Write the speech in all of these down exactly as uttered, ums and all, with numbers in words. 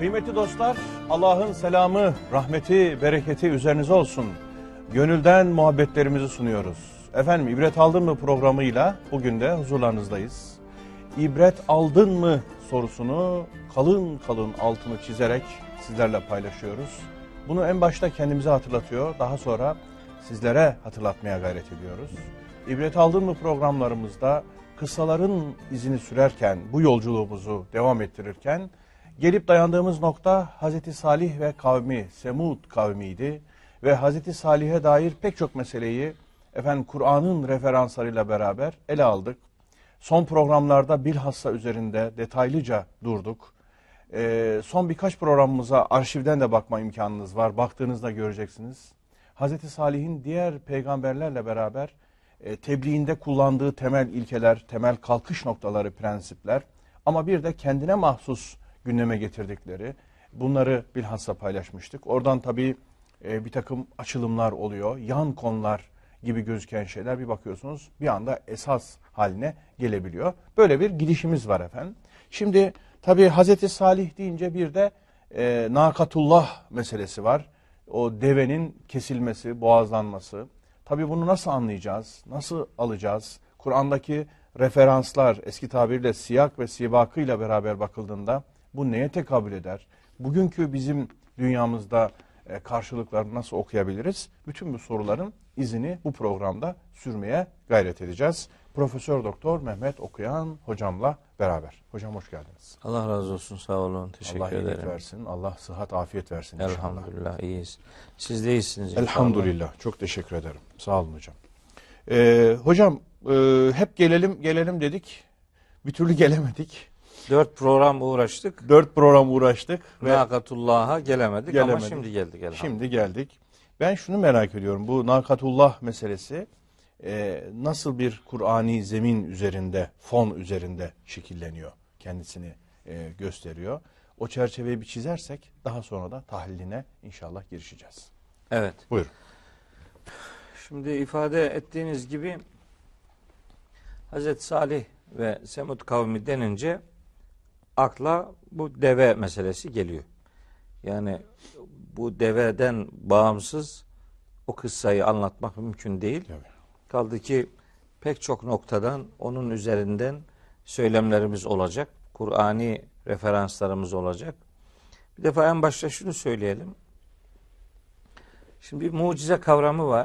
Kıymetli dostlar, Allah'ın selamı, rahmeti, bereketi üzerinize olsun. Gönülden muhabbetlerimizi sunuyoruz. Efendim, İbret Aldın mı programıyla bugün de huzurlarınızdayız. İbret aldın mı sorusunu kalın kalın altını çizerek sizlerle paylaşıyoruz. Bunu en başta kendimize hatırlatıyor, daha sonra sizlere hatırlatmaya gayret ediyoruz. İbret Aldın mı programlarımızda kıssaların izini sürerken, bu yolculuğumuzu devam ettirirken gelip dayandığımız nokta Hazreti Salih ve kavmi, Semud kavmiydi. Ve Hazreti Salih'e dair pek çok meseleyi efendim Kur'an'ın referanslarıyla beraber ele aldık. Son programlarda bilhassa üzerinde detaylıca durduk. Ee, son birkaç programımıza arşivden de bakma imkanınız var. Baktığınızda göreceksiniz. Hazreti Salih'in diğer peygamberlerle beraber e, tebliğinde kullandığı temel ilkeler, temel kalkış noktaları, prensipler ama bir de kendine mahsus gündeme getirdikleri, bunları bilhassa paylaşmıştık. Oradan tabii e, bir takım açılımlar oluyor, yan konular gibi gözüken şeyler bir bakıyorsunuz bir anda esas haline gelebiliyor. Böyle bir gidişimiz var efendim. Şimdi tabii Hazreti Salih deyince bir de e, Nakatullah meselesi var. O devenin kesilmesi, boğazlanması. Tabii bunu nasıl anlayacağız, nasıl alacağız? Kur'an'daki referanslar eski tabirle siyak ve sibakıyla beraber bakıldığında bu neye tekabül eder? Bugünkü bizim dünyamızda e, karşılıklarını nasıl okuyabiliriz? Bütün bu soruların izini bu programda sürmeye gayret edeceğiz. Profesör Doktor Mehmet Okuyan hocamla beraber. Hocam hoş geldiniz. Allah razı olsun, sağ olun, teşekkür Allah ederim. Allah iyilik versin, Allah sıhhat, afiyet versin inşallah. Elhamdülillah, iyiyiz. Siz de iyisiniz inşallah. Elhamdülillah, çok teşekkür ederim. Sağ olun hocam. Ee, hocam e, hep gelelim gelelim dedik, bir türlü gelemedik. Dört program uğraştık. Dört program uğraştık. Nakatullah'a gelemedik, gelemedik ama şimdi geldik. Şimdi geldik. Ben şunu merak ediyorum. Bu Nakatullah meselesi e, nasıl bir Kur'ani zemin üzerinde, fon üzerinde şekilleniyor? Kendisini e, gösteriyor. O çerçeveyi bir çizersek daha sonra da tahliline inşallah girişeceğiz. Evet. Buyurun. Şimdi ifade ettiğiniz gibi Hazreti Salih ve Semud kavmi denince akla bu deve meselesi geliyor. Yani bu deveden bağımsız o kıssayı anlatmak mümkün değil. Evet. Kaldı ki pek çok noktadan onun üzerinden söylemlerimiz olacak. Kur'ani referanslarımız olacak. Bir defa en başta şunu söyleyelim. Şimdi bir mucize kavramı var.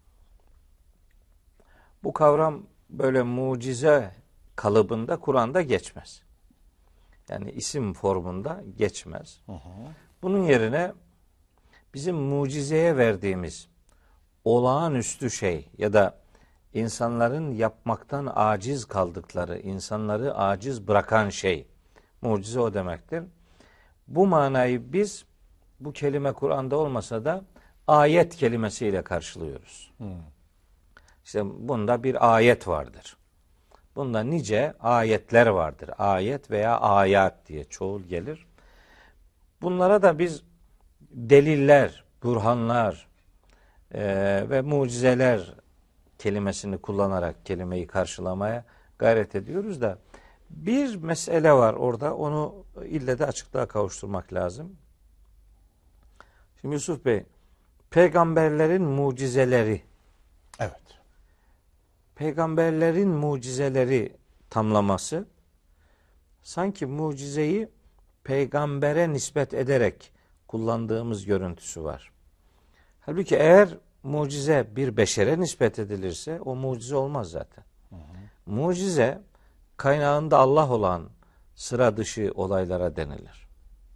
Bu kavram böyle mucize kalıbında Kur'an'da geçmez. Yani isim formunda geçmez. Hı hı. Bunun yerine bizim mucizeye verdiğimiz olağanüstü şey ya da insanların yapmaktan aciz kaldıkları, insanları aciz bırakan şey, mucize o demektir. Bu manayı biz bu kelime Kur'an'da olmasa da ayet kelimesiyle karşılıyoruz. Hmm. İşte bunda bir ayet vardır. Bunda nice ayetler vardır. Ayet veya ayat diye çoğul gelir. Bunlara da biz deliller, burhanlar e, ve mucizeler kelimesini kullanarak kelimeyi karşılamaya gayret ediyoruz da bir mesele var orada, onu ille de açıklığa kavuşturmak lazım. Şimdi Yusuf Bey, peygamberlerin mucizeleri, evet, peygamberlerin mucizeleri tamlaması sanki mucizeyi peygambere nispet ederek kullandığımız görüntüsü var. Halbuki eğer mucize bir beşere nispet edilirse o mucize olmaz zaten. Hı hı. Mucize kaynağında Allah olan sıra dışı olaylara denilir.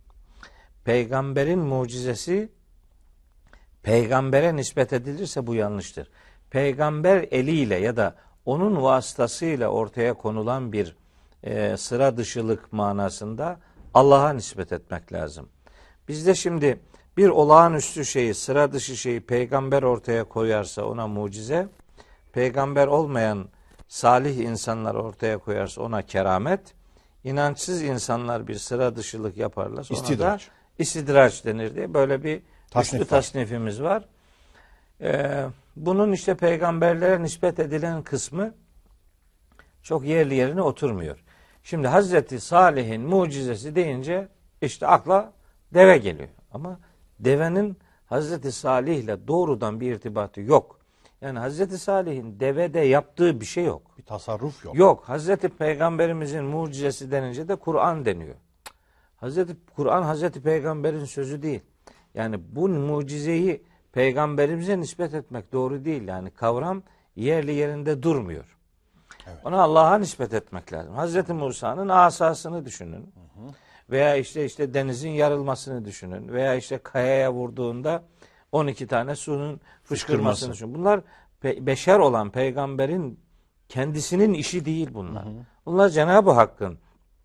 Peygamberin mucizesi peygambere nispet edilirse bu yanlıştır. Peygamber eliyle ya da onun vasıtasıyla ortaya konulan bir e, sıra dışılık manasında Allah'a nispet etmek lazım. Bizde şimdi bir olağanüstü şeyi, sıra dışı şeyi peygamber ortaya koyarsa ona mucize, peygamber olmayan salih insanlar ortaya koyarsa ona keramet, inançsız insanlar bir sıra dışılık yaparlarsa ona İstidraç. da istidraç denir diye böyle bir Tasnif güçlü tasnifimiz var. Ee, bunun işte peygamberlere nispet edilen kısmı çok yerli yerine oturmuyor. Şimdi Hazreti Salih'in mucizesi deyince işte akla deve geliyor. Ama devenin Hazreti Salih ile doğrudan bir irtibatı yok. Yani Hazreti Salih'in devede yaptığı bir şey yok. Bir tasarruf yok. Yok. Hazreti Peygamberimizin mucizesi denince de Kur'an deniyor. Hazreti Kur'an Hazreti Peygamber'in sözü değil. Yani bu mucizeyi Peygamberimize nispet etmek doğru değil. Yani kavram yerli yerinde durmuyor. Evet. Ona Allah'a nispet etmek lazım. Hazreti Musa'nın asasını düşünün. Hı hı. Veya işte işte denizin yarılmasını düşünün. Veya işte kayaya vurduğunda on iki tane suyun fışkırmasını düşünün. Bunlar pe- beşer olan peygamberin kendisinin işi değil bunlar. Hı hı. Bunlar Cenab-ı Hakk'ın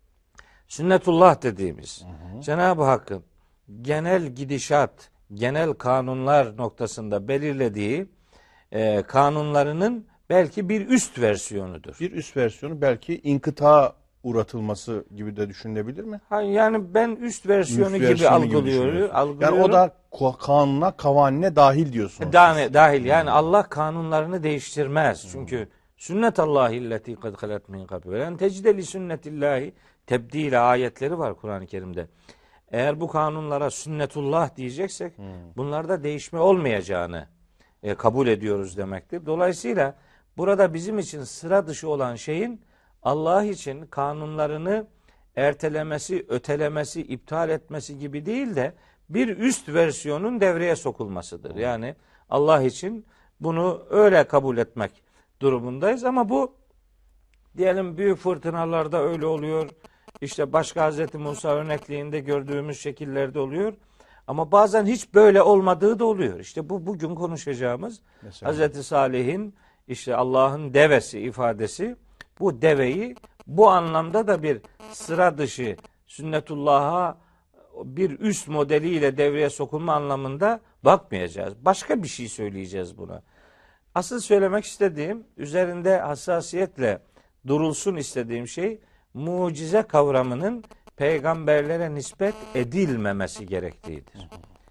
sünnetullah dediğimiz, hı hı. Cenab-ı Hakk'ın genel gidişat, genel kanunlar noktasında belirlediği e, kanunlarının belki bir üst versiyonudur. Bir üst versiyonu belki inkıta uğratılması gibi de düşünülebilir mi? Ha, yani ben üst versiyonu, üst gibi versiyonu gibi algılıyorum. algılıyorum. Yani o da kanuna, kavanine dahil diyorsunuz. Dahil, dahil. Yani hmm. Allah kanunlarını değiştirmez. Hmm. Çünkü sünnetallahi illeti kad halet min qabl ve en tecide li sünnetillahi tebdil ayetleri var Kur'an-ı Kerim'de. Eğer bu kanunlara sünnetullah diyeceksek hmm. bunlarda değişme olmayacağını e, kabul ediyoruz demektir. Dolayısıyla burada bizim için sıra dışı olan şeyin Allah için kanunlarını ertelemesi, ötelemesi, iptal etmesi gibi değil de bir üst versiyonun devreye sokulmasıdır. Yani Allah için bunu öyle kabul etmek durumundayız ama bu diyelim büyük fırtınalarda öyle oluyor. İşte başka Hazreti Musa örnekliğinde gördüğümüz şekillerde oluyor. Ama bazen hiç böyle olmadığı da oluyor. İşte bu bugün konuşacağımız mesela Hazreti Salih'in işte Allah'ın devesi ifadesi, bu deveyi bu anlamda da bir sıra dışı sünnetullah'a bir üst modeliyle devreye sokulma anlamında bakmayacağız. Başka bir şey söyleyeceğiz buna. Asıl söylemek istediğim, üzerinde hassasiyetle durulsun istediğim şey, mucize kavramının peygamberlere nispet edilmemesi gerektiğidir.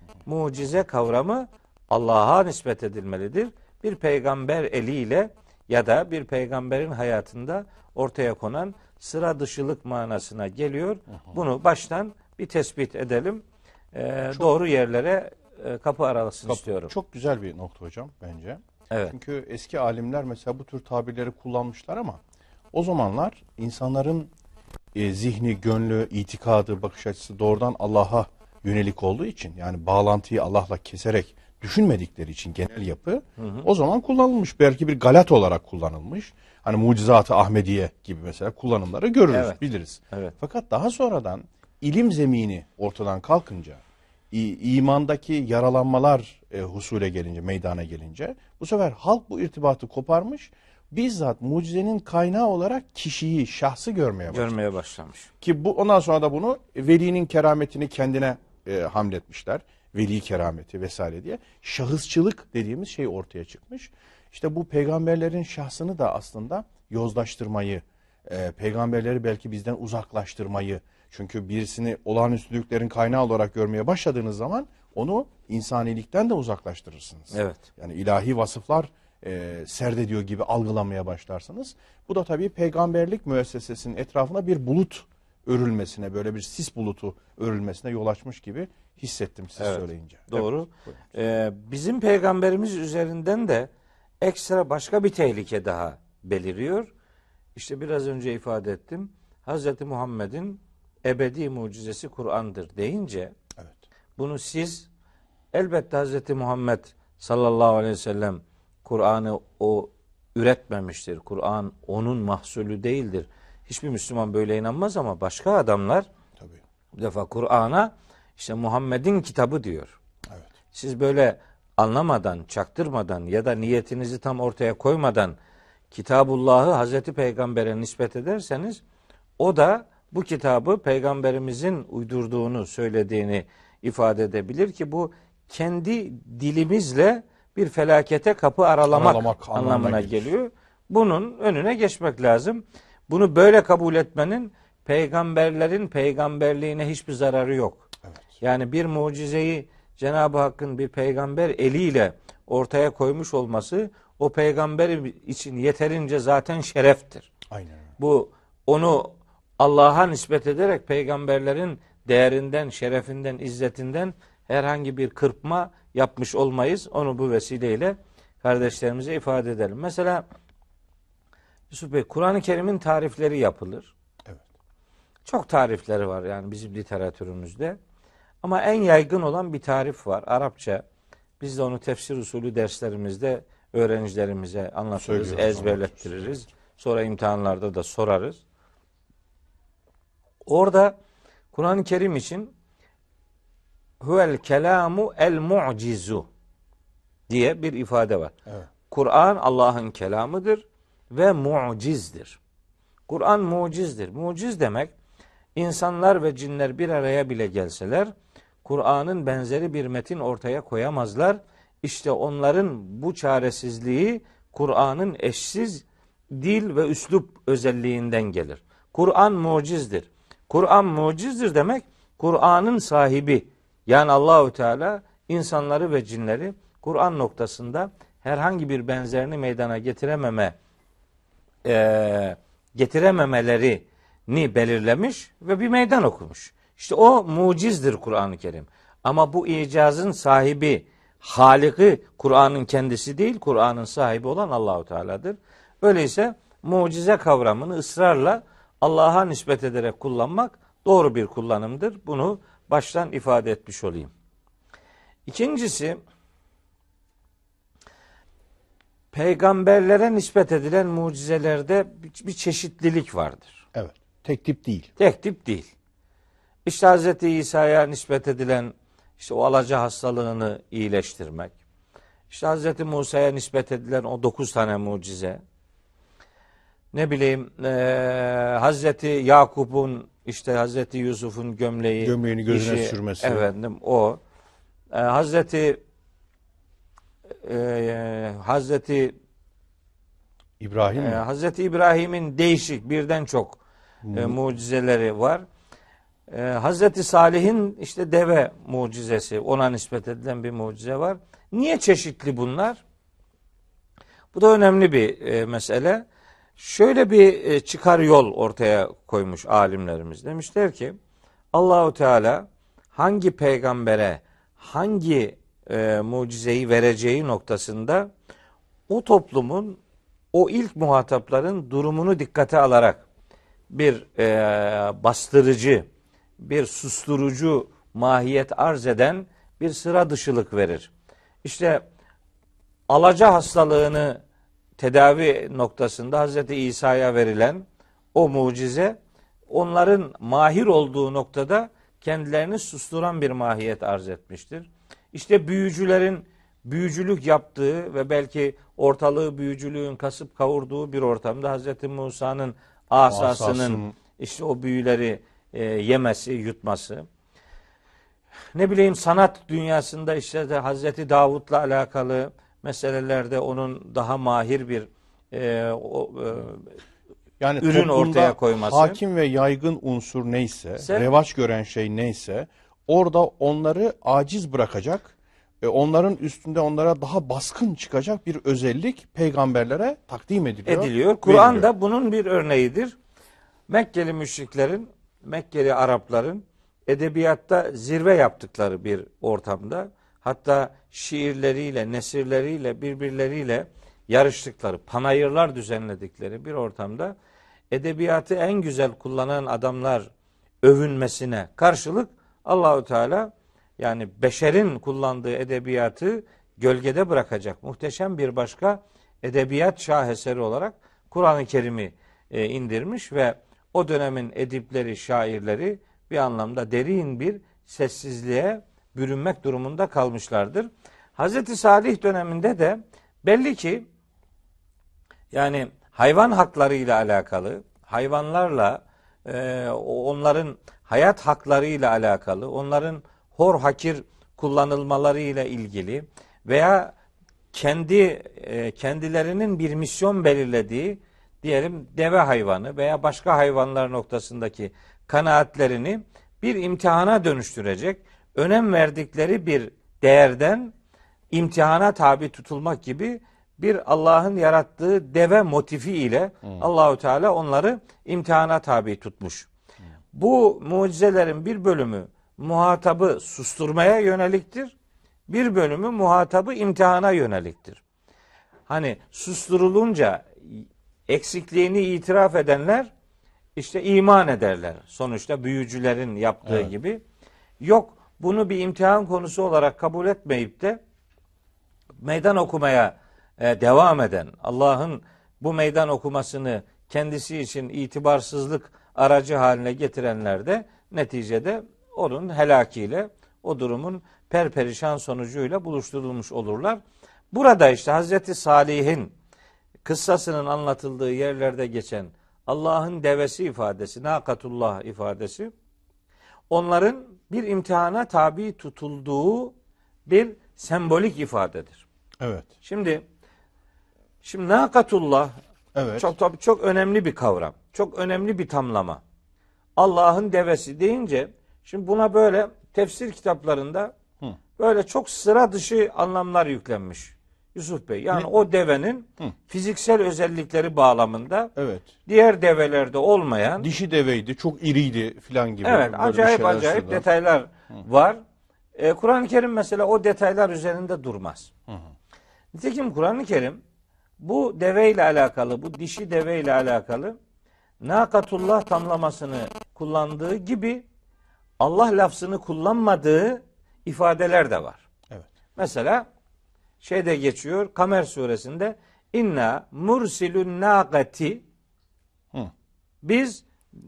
Mucize kavramı Allah'a nispet edilmelidir. Bir peygamber eliyle ya da bir peygamberin hayatında ortaya konan sıra dışılık manasına geliyor. Bunu baştan bir tespit edelim. Ee, çok, doğru yerlere e, kapı aralasın kapı, istiyorum. Çok güzel bir nokta hocam bence. Evet. Çünkü eski alimler mesela bu tür tabirleri kullanmışlar ama o zamanlar insanların e, zihni, gönlü, itikadı, bakış açısı doğrudan Allah'a yönelik olduğu için, yani bağlantıyı Allah'la keserek düşünmedikleri için genel yapı hı hı. o zaman kullanılmış. Belki bir galat olarak kullanılmış. Hani mucizat-ı Ahmediye gibi mesela kullanımları görürüz, evet. biliriz. Evet. Fakat daha sonradan ilim zemini ortadan kalkınca, imandaki yaralanmalar e, husule gelince, meydana gelince bu sefer halk bu irtibatı koparmış. Bizzat mucizenin kaynağı olarak kişiyi, şahsı görmeye başlamış. Görmeye başlamış. Ki bu ondan sonra da bunu velinin kerametini kendine e, hamletmişler. Veli kerameti vesaire diye. Şahısçılık dediğimiz şey ortaya çıkmış. İşte bu peygamberlerin şahsını da aslında yozlaştırmayı, e, peygamberleri belki bizden uzaklaştırmayı. Çünkü birisini olağanüstülüklerin kaynağı olarak görmeye başladığınız zaman onu insanilikten de uzaklaştırırsınız. Evet. Yani ilahi vasıflar e, serdediyor gibi algılamaya başlarsınız. Bu da tabii peygamberlik müessesesinin etrafına bir bulut örülmesine, böyle bir sis bulutu örülmesine yol açmış gibi hissettim siz evet, söyleyince. Doğru. Evet. Ee, bizim peygamberimiz üzerinden de ekstra başka bir tehlike daha beliriyor. İşte biraz önce ifade ettim. Hazreti Muhammed'in ebedi mucizesi Kur'an'dır deyince evet. bunu siz elbette Hazreti Muhammed sallallahu aleyhi ve sellem Kur'an'ı o üretmemiştir. Kur'an onun mahsulü değildir. Hiçbir Müslüman böyle inanmaz ama başka adamlar tabii. bu defa Kur'an'a işte Muhammed'in kitabı diyor. Evet. Siz böyle anlamadan, çaktırmadan ya da niyetinizi tam ortaya koymadan Kitabullah'ı Hazreti Peygamber'e nispet ederseniz o da bu kitabı Peygamberimizin uydurduğunu söylediğini ifade edebilir ki bu kendi dilimizle bir felakete kapı aralamak, aralamak anlamına geliyor. Bunun önüne geçmek lazım. Bunu böyle kabul etmenin peygamberlerin peygamberliğine hiçbir zararı yok. Evet. Yani bir mucizeyi Cenab-ı Hakk'ın bir peygamber eliyle ortaya koymuş olması o peygamber için yeterince zaten şereftir. Aynen. Bu onu Allah'a nispet ederek peygamberlerin değerinden, şerefinden, izzetinden herhangi bir kırpma yapmış olmayız. Onu bu vesileyle kardeşlerimize ifade edelim. Mesela Yusuf Bey, Kur'an-ı Kerim'in tarifleri yapılır. Evet. Çok tarifleri var yani bizim literatürümüzde. Ama en yaygın olan bir tarif var. Arapça. Biz de onu tefsir usulü derslerimizde öğrencilerimize anlatırız, ezberlettiririz. Sonra imtihanlarda da sorarız. Orada Kur'an-ı Kerim için huvel kelamu el mu'cizu diye bir ifade var. Evet. Kur'an Allah'ın kelamıdır ve mucizdir. Kur'an mucizdir. Muciz demek insanlar ve cinler bir araya bile gelseler Kur'an'ın benzeri bir metin ortaya koyamazlar. İşte onların bu çaresizliği Kur'an'ın eşsiz dil ve üslup özelliğinden gelir. Kur'an mucizdir. Kur'an mucizdir demek Kur'an'ın sahibi yani Allahu Teala insanları ve cinleri Kur'an noktasında herhangi bir benzerini meydana getirememe e, getirememelerini belirlemiş ve bir meydan okumuş. İşte o mucizdir Kur'an-ı Kerim. Ama bu icazın sahibi, Haliki Kur'an'ın kendisi değil, Kur'an'ın sahibi olan Allahu Teala'dır. Öyleyse mucize kavramını ısrarla Allah'a nispet ederek kullanmak doğru bir kullanımdır. Bunu baştan ifade etmiş olayım. İkincisi, peygamberlere nispet edilen mucizelerde bir çeşitlilik vardır. Evet. Tek tip değil. Tek tip değil. İşte Hz. İsa'ya nispet edilen işte o alaca hastalığını iyileştirmek. İşte Hz. Musa'ya nispet edilen o dokuz tane mucize. Ne bileyim e, Hz. Yakup'un işte Hz. Yusuf'un gömleği gömleğini gözüne işi, sürmesi. Efendim o. E, Hz. E, Hazreti İbrahim e, mi? Hazreti İbrahim'in değişik birden çok e, mucizeleri var. E, Hazreti Salih'in işte deve mucizesi, ona nispet edilen bir mucize var. Niye çeşitli bunlar? Bu da önemli bir e, mesele. Şöyle bir e, çıkar yol ortaya koymuş alimlerimiz. Demişler ki Allahu Teala hangi peygambere hangi e, mucizeyi vereceği noktasında o toplumun, o ilk muhatapların durumunu dikkate alarak bir e, bastırıcı, bir susturucu mahiyet arz eden bir sıra dışılık verir. İşte alaca hastalığını tedavi noktasında Hazreti İsa'ya verilen o mucize onların mahir olduğu noktada kendilerini susturan bir mahiyet arz etmiştir. İşte büyücülerin büyücülük yaptığı ve belki ortalığı büyücülüğün kasıp kavurduğu bir ortamda Hazreti Musa'nın asasının Asasın. işte o büyüleri e, yemesi, yutması. Ne bileyim sanat dünyasında işte de Hazreti Davud'la alakalı meselelerde onun daha mahir bir e, o, e, yani ürün ortaya koyması. Hakim ve yaygın unsur neyse, Sen, revaç gören şey neyse, orada onları aciz bırakacak, e, onların üstünde onlara daha baskın çıkacak bir özellik peygamberlere takdim ediliyor. Ediliyor. Kur'an da bunun bir örneğidir. Mekkeli müşriklerin, Mekkeli Arapların edebiyatta zirve yaptıkları bir ortamda, hatta şiirleriyle, nesirleriyle, birbirleriyle yarıştıkları, panayırlar düzenledikleri bir ortamda edebiyatı en güzel kullanan adamlar övünmesine karşılık Allahu Teala yani beşerin kullandığı edebiyatı gölgede bırakacak muhteşem bir başka edebiyat şaheseri olarak Kur'an-ı Kerim'i e, indirmiş ve o dönemin edipleri, şairleri bir anlamda derin bir sessizliğe bürünmek durumunda kalmışlardır. Hazreti Salih döneminde de belli ki yani hayvan hakları ile alakalı, hayvanlarla e, onların hayat hakları ile alakalı, onların hor hakir kullanılmaları ile ilgili veya kendi e, kendilerinin bir misyon belirlediği diyelim deve hayvanı veya başka hayvanlar noktasındaki kanaatlerini bir imtihana dönüştürecek, önem verdikleri bir değerden imtihana tabi tutulmak gibi bir Allah'ın yarattığı deve motifi ile hmm. Allahu Teala onları imtihana tabi tutmuş. Hmm. Bu mucizelerin bir bölümü muhatabı susturmaya yöneliktir. Bir bölümü muhatabı imtihana yöneliktir. Hani susturulunca eksikliğini itiraf edenler işte iman ederler. Sonuçta büyücülerin yaptığı Evet. gibi. Yok, bunu bir imtihan konusu olarak kabul etmeyip de meydan okumaya e, devam eden, Allah'ın bu meydan okumasını kendisi için itibarsızlık aracı haline getirenler de neticede onun helakiyle, o durumun perperişan sonucuyla buluşturulmuş olurlar. Burada işte Hazreti Salih'in kıssasının anlatıldığı yerlerde geçen Allah'ın devesi ifadesi, nakatullah ifadesi, onların bir imtihana tabi tutulduğu bir sembolik ifadedir. Evet. Şimdi şimdi nakatullah Evet. çok tabii çok önemli bir kavram. Çok önemli bir tamlama. Allah'ın devesi deyince şimdi buna böyle tefsir kitaplarında Hı. böyle çok sıra dışı anlamlar yüklenmiş Yusuf Bey. Yani Ne? o devenin Hı. fiziksel özellikleri bağlamında Evet. diğer develerde olmayan, Dişi deveydi, çok iriydi filan gibi. evet, böyle bir acayip şeyler acayip söylüyorlar. detaylar var. Ee, Kur'an-ı Kerim mesela o detaylar üzerinde durmaz. Hı hı. Nitekim Kur'an-ı Kerim bu deveyle alakalı, bu dişi deveyle alakalı nakatullah tamlamasını kullandığı gibi Allah lafzını kullanmadığı ifadeler de var. Evet. Mesela şeyde geçiyor, Kamer suresinde inna mursilun naqati, Hı. biz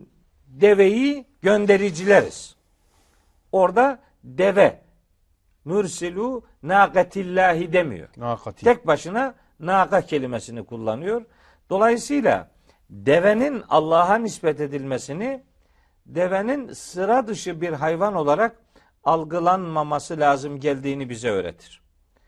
deveyi göndericileriz. Orada deve mürsilu naqatillahi demiyor. Nakati. Tek başına naka kelimesini kullanıyor. Dolayısıyla devenin Allah'a nispet edilmesini, devenin sıra dışı bir hayvan olarak algılanmaması lazım geldiğini bize öğretir.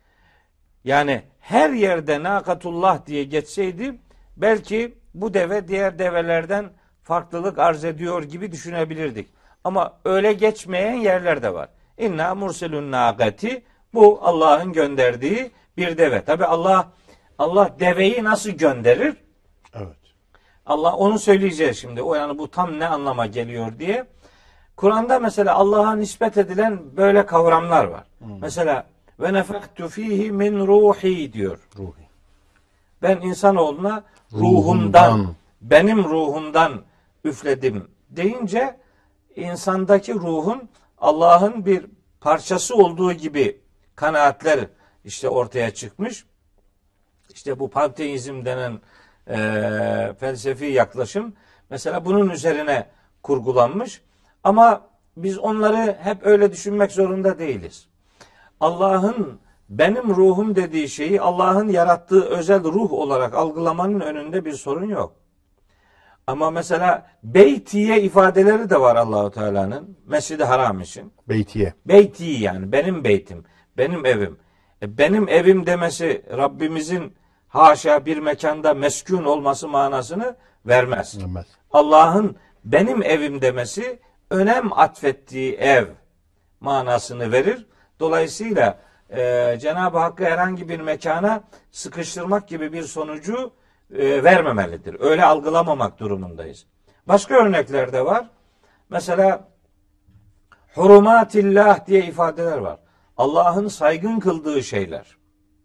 Yani her yerde nakatullah diye geçseydi belki bu deve diğer develerden farklılık arz ediyor gibi düşünebilirdik. Ama öyle geçmeyen yerler de var. İnna murselun nakati, bu Allah'ın gönderdiği bir deve. Tabi Allah Allah deveyi nasıl gönderir? Evet. Allah onu söyleyeceğiz şimdi. O yani bu tam ne anlama geliyor diye. Kur'an'da mesela Allah'a nispet edilen böyle kavramlar var. Hmm. Mesela ve nefektu fihi min ruhi diyor. Ruhi. Ben insanoğluna ruhumdan, Ruhumdan. benim ruhumdan üfledim deyince insandaki ruhun Allah'ın bir parçası olduğu gibi kanaatler işte ortaya çıkmış. İşte bu panteizm denen e, felsefi yaklaşım mesela bunun üzerine kurgulanmış. Ama biz onları hep öyle düşünmek zorunda değiliz. Allah'ın benim ruhum dediği şeyi Allah'ın yarattığı özel ruh olarak algılamanın önünde bir sorun yok. Ama mesela beytiye ifadeleri de var Allahu Teala'nın Mescid-i Haram için. Beytiye. Beyti yani benim beytim, benim evim. E, benim evim demesi Rabbimizin haşa bir mekanda meskun olması manasını vermez. Vermez. Allah'ın benim evim demesi önem atfettiği ev manasını verir. Dolayısıyla e, Cenab-ı Hakk'ı herhangi bir mekana sıkıştırmak gibi bir sonucu e, vermemelidir. Öyle algılamamak durumundayız. Başka örnekler de var. Mesela hurumatillah diye ifadeler var. Allah'ın saygın kıldığı şeyler.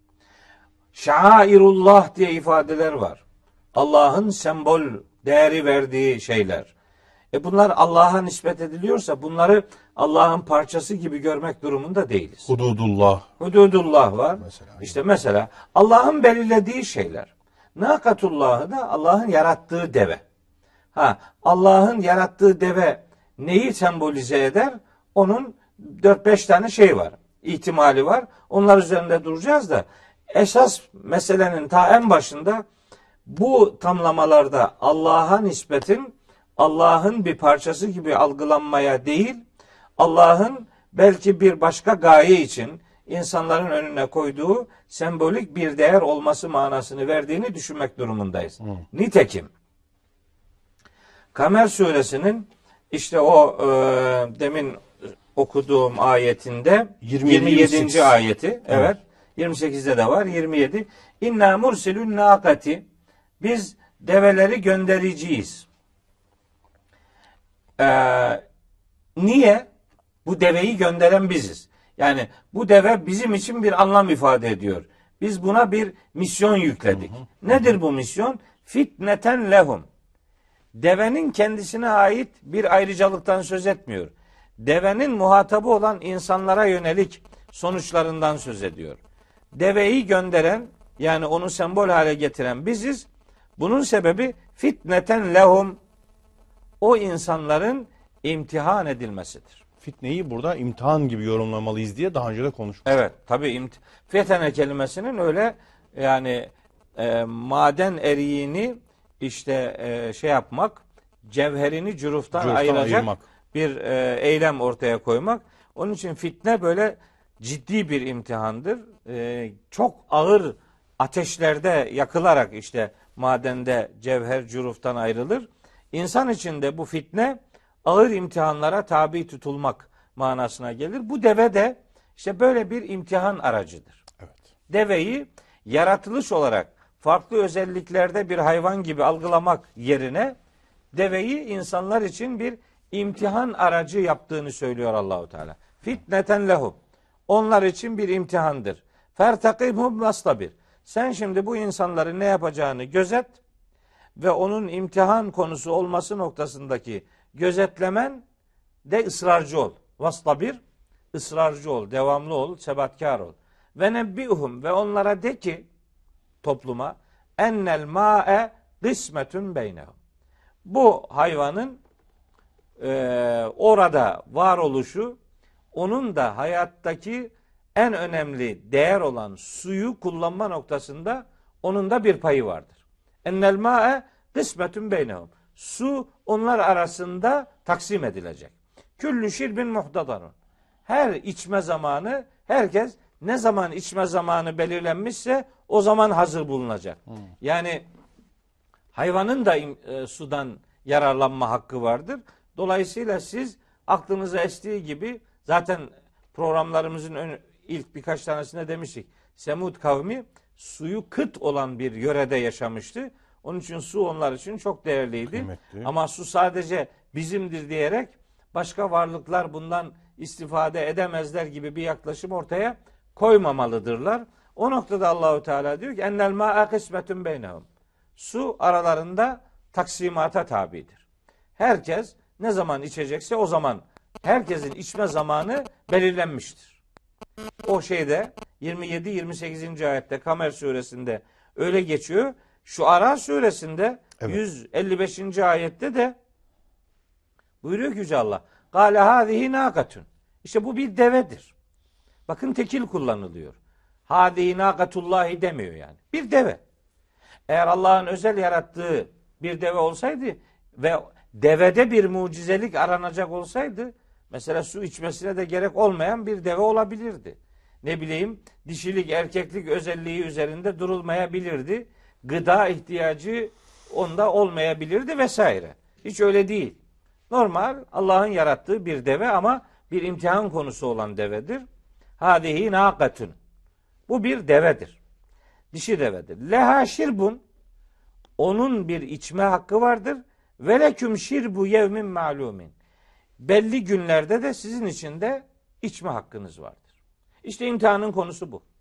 Şairullah diye ifadeler var. Allah'ın sembol değeri verdiği şeyler. E bunlar Allah'a nispet ediliyorsa bunları Allah'ın parçası gibi görmek durumunda değiliz. Hududullah. Hududullah var. Mesela. İşte mesela Allah'ın belirlediği şeyler. Nakatullah'ı da Allah'ın yarattığı deve. Ha, Allah'ın yarattığı deve neyi sembolize eder? Onun dört beş tane şey var. İhtimali var. Onlar üzerinde duracağız da esas meselenin ta en başında bu tamlamalarda Allah'a nispetin Allah'ın bir parçası gibi algılanmaya değil, Allah'ın belki bir başka gaye için insanların önüne koyduğu sembolik bir değer olması manasını verdiğini düşünmek durumundayız. Hı. Nitekim Kamer suresinin işte o e, demin okuduğum ayetinde yirmi yirmi yedinci yirmi sekiz ayeti, evet, evet, yirmi sekizde de var, yirmi yedi. İnna mursilun nakati, biz develeri göndericiyiz. Ee, niye? Bu deveyi gönderen biziz. Yani bu deve bizim için bir anlam ifade ediyor. Biz buna bir misyon yükledik. Hı hı. Nedir bu misyon? Fitneten lehum. Devenin kendisine ait bir ayrıcalıktan söz etmiyor. Devenin muhatabı olan insanlara yönelik sonuçlarından söz ediyor. Deveyi gönderen, yani onu sembol hale getiren biziz. Bunun sebebi fitneten lehum, o insanların imtihan edilmesidir. Fitneyi burada imtihan gibi yorumlamalıyız diye daha önce de konuşmuştuk. Evet, tabii imt- fetene kelimesinin öyle yani e, maden eriğini işte e, şey yapmak, cevherini cüruftan, Cüruftan ayıracak ayırmak. bir e, eylem ortaya koymak. Onun için fitne böyle ciddi bir imtihandır. E, çok ağır ateşlerde yakılarak işte madende cevher cüruftan ayrılır. İnsan için de bu fitne ağır imtihanlara tabi tutulmak manasına gelir. Bu deve de işte böyle bir imtihan aracıdır. Evet. Deveyi yaratılış olarak farklı özelliklerde bir hayvan gibi algılamak yerine deveyi insanlar için bir imtihan aracı yaptığını söylüyor Allahu Teala. Fitneten lehum. Onlar için bir imtihandır. Fertakibhum vastabir. Sen şimdi bu insanların ne yapacağını gözet ve onun imtihan konusu olması noktasındaki gözetlemen de ısrarcı ol. Vastabir, ısrarcı ol, devamlı ol, sebatkar ol. Ve nebbihum, ve onlara de ki topluma, ennel ma'e kısmetun beynehum. Bu hayvanın e, orada varoluşu, onun da hayattaki en önemli değer olan suyu kullanma noktasında onun da bir payı vardır. Ennel ma'e kısmetun beynehum. Su onlar arasında taksim edilecek. Küllü şirbin muhtadarun. Her içme zamanı, herkes ne zaman içme zamanı belirlenmişse o zaman hazır bulunacak. Hmm. Yani hayvanın da e, sudan yararlanma hakkı vardır. Dolayısıyla siz aklınıza estiği gibi, zaten programlarımızın ön, ilk birkaç tanesinde demiştik. Semud kavmi suyu kıt olan bir yörede yaşamıştı. Onun için su onlar için çok değerliydi. Kıymetli. Ama su sadece bizimdir diyerek başka varlıklar bundan istifade edemezler gibi bir yaklaşım ortaya koymamalıdırlar. O noktada Allahu Teala diyor ki ennel ma'a kısmetun beynehum. Su aralarında taksimata tabidir. Herkes ne zaman içecekse o zaman herkesin içme zamanı belirlenmiştir. O şeyde yirmi yedi yirmi sekizinci ayette Kamer suresinde öyle geçiyor. Şuara suresinde evet. yüz elli beşinci ayette de buyuruyor ki Yüce Allah, Kâle hâzihi nâkatun. İşte bu bir devedir. Bakın tekil kullanılıyor. Hâzihi nâkatullâhi demiyor yani. Bir deve. Eğer Allah'ın özel yarattığı bir deve olsaydı ve devede bir mucizelik aranacak olsaydı, mesela su içmesine de gerek olmayan bir deve olabilirdi. Ne bileyim, dişilik, erkeklik özelliği üzerinde durulmayabilirdi. Gıda ihtiyacı onda olmayabilirdi vesaire. Hiç öyle değil. Normal Allah'ın yarattığı bir deve ama bir imtihan konusu olan devedir. Hâzihi nâkatun. Bu bir devedir. Dişi devedir. Leha şirbun. Onun bir içme hakkı vardır. Ve leküm şirbu yevmin ma'lumin. Belli günlerde de sizin için de içme hakkınız vardır. İşte imtihanın konusu bu.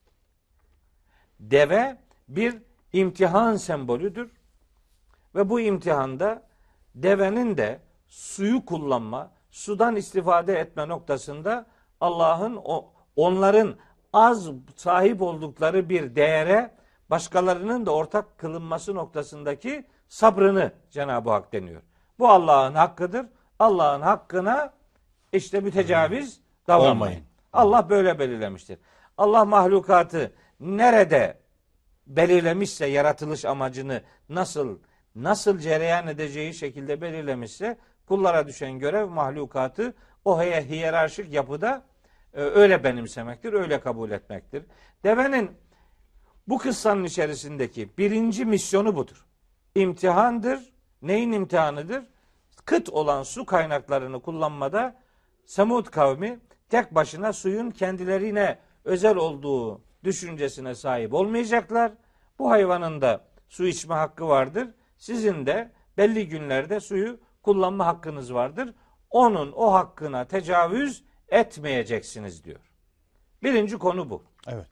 Deve bir imtihan sembolüdür. Ve bu imtihanda devenin de suyu kullanma, sudan istifade etme noktasında Allah'ın o, onların az sahip oldukları bir değere başkalarının da ortak kılınması noktasındaki sabrını Cenab-ı Hak deniyor. Bu Allah'ın hakkıdır. Allah'ın hakkına işte mütecaviz davranmayın. Olmayın. Allah böyle belirlemiştir. Allah mahlukatı nerede belirlemişse, yaratılış amacını nasıl nasıl cereyan edeceği şekilde belirlemişse, kullara düşen görev mahlukatı o hiyerarşik yapıda e, öyle benimsemektir, öyle kabul etmektir. Devenin bu kıssanın içerisindeki birinci misyonu budur. İmtihandır. Neyin imtihanıdır? Kıt olan su kaynaklarını kullanmada Semud kavmi tek başına suyun kendilerine özel olduğu düşüncesine sahip olmayacaklar. Bu hayvanın da su içme hakkı vardır. Sizin de belli günlerde suyu kullanma hakkınız vardır. onun o hakkına tecavüz etmeyeceksiniz diyor. Birinci konu bu. Evet.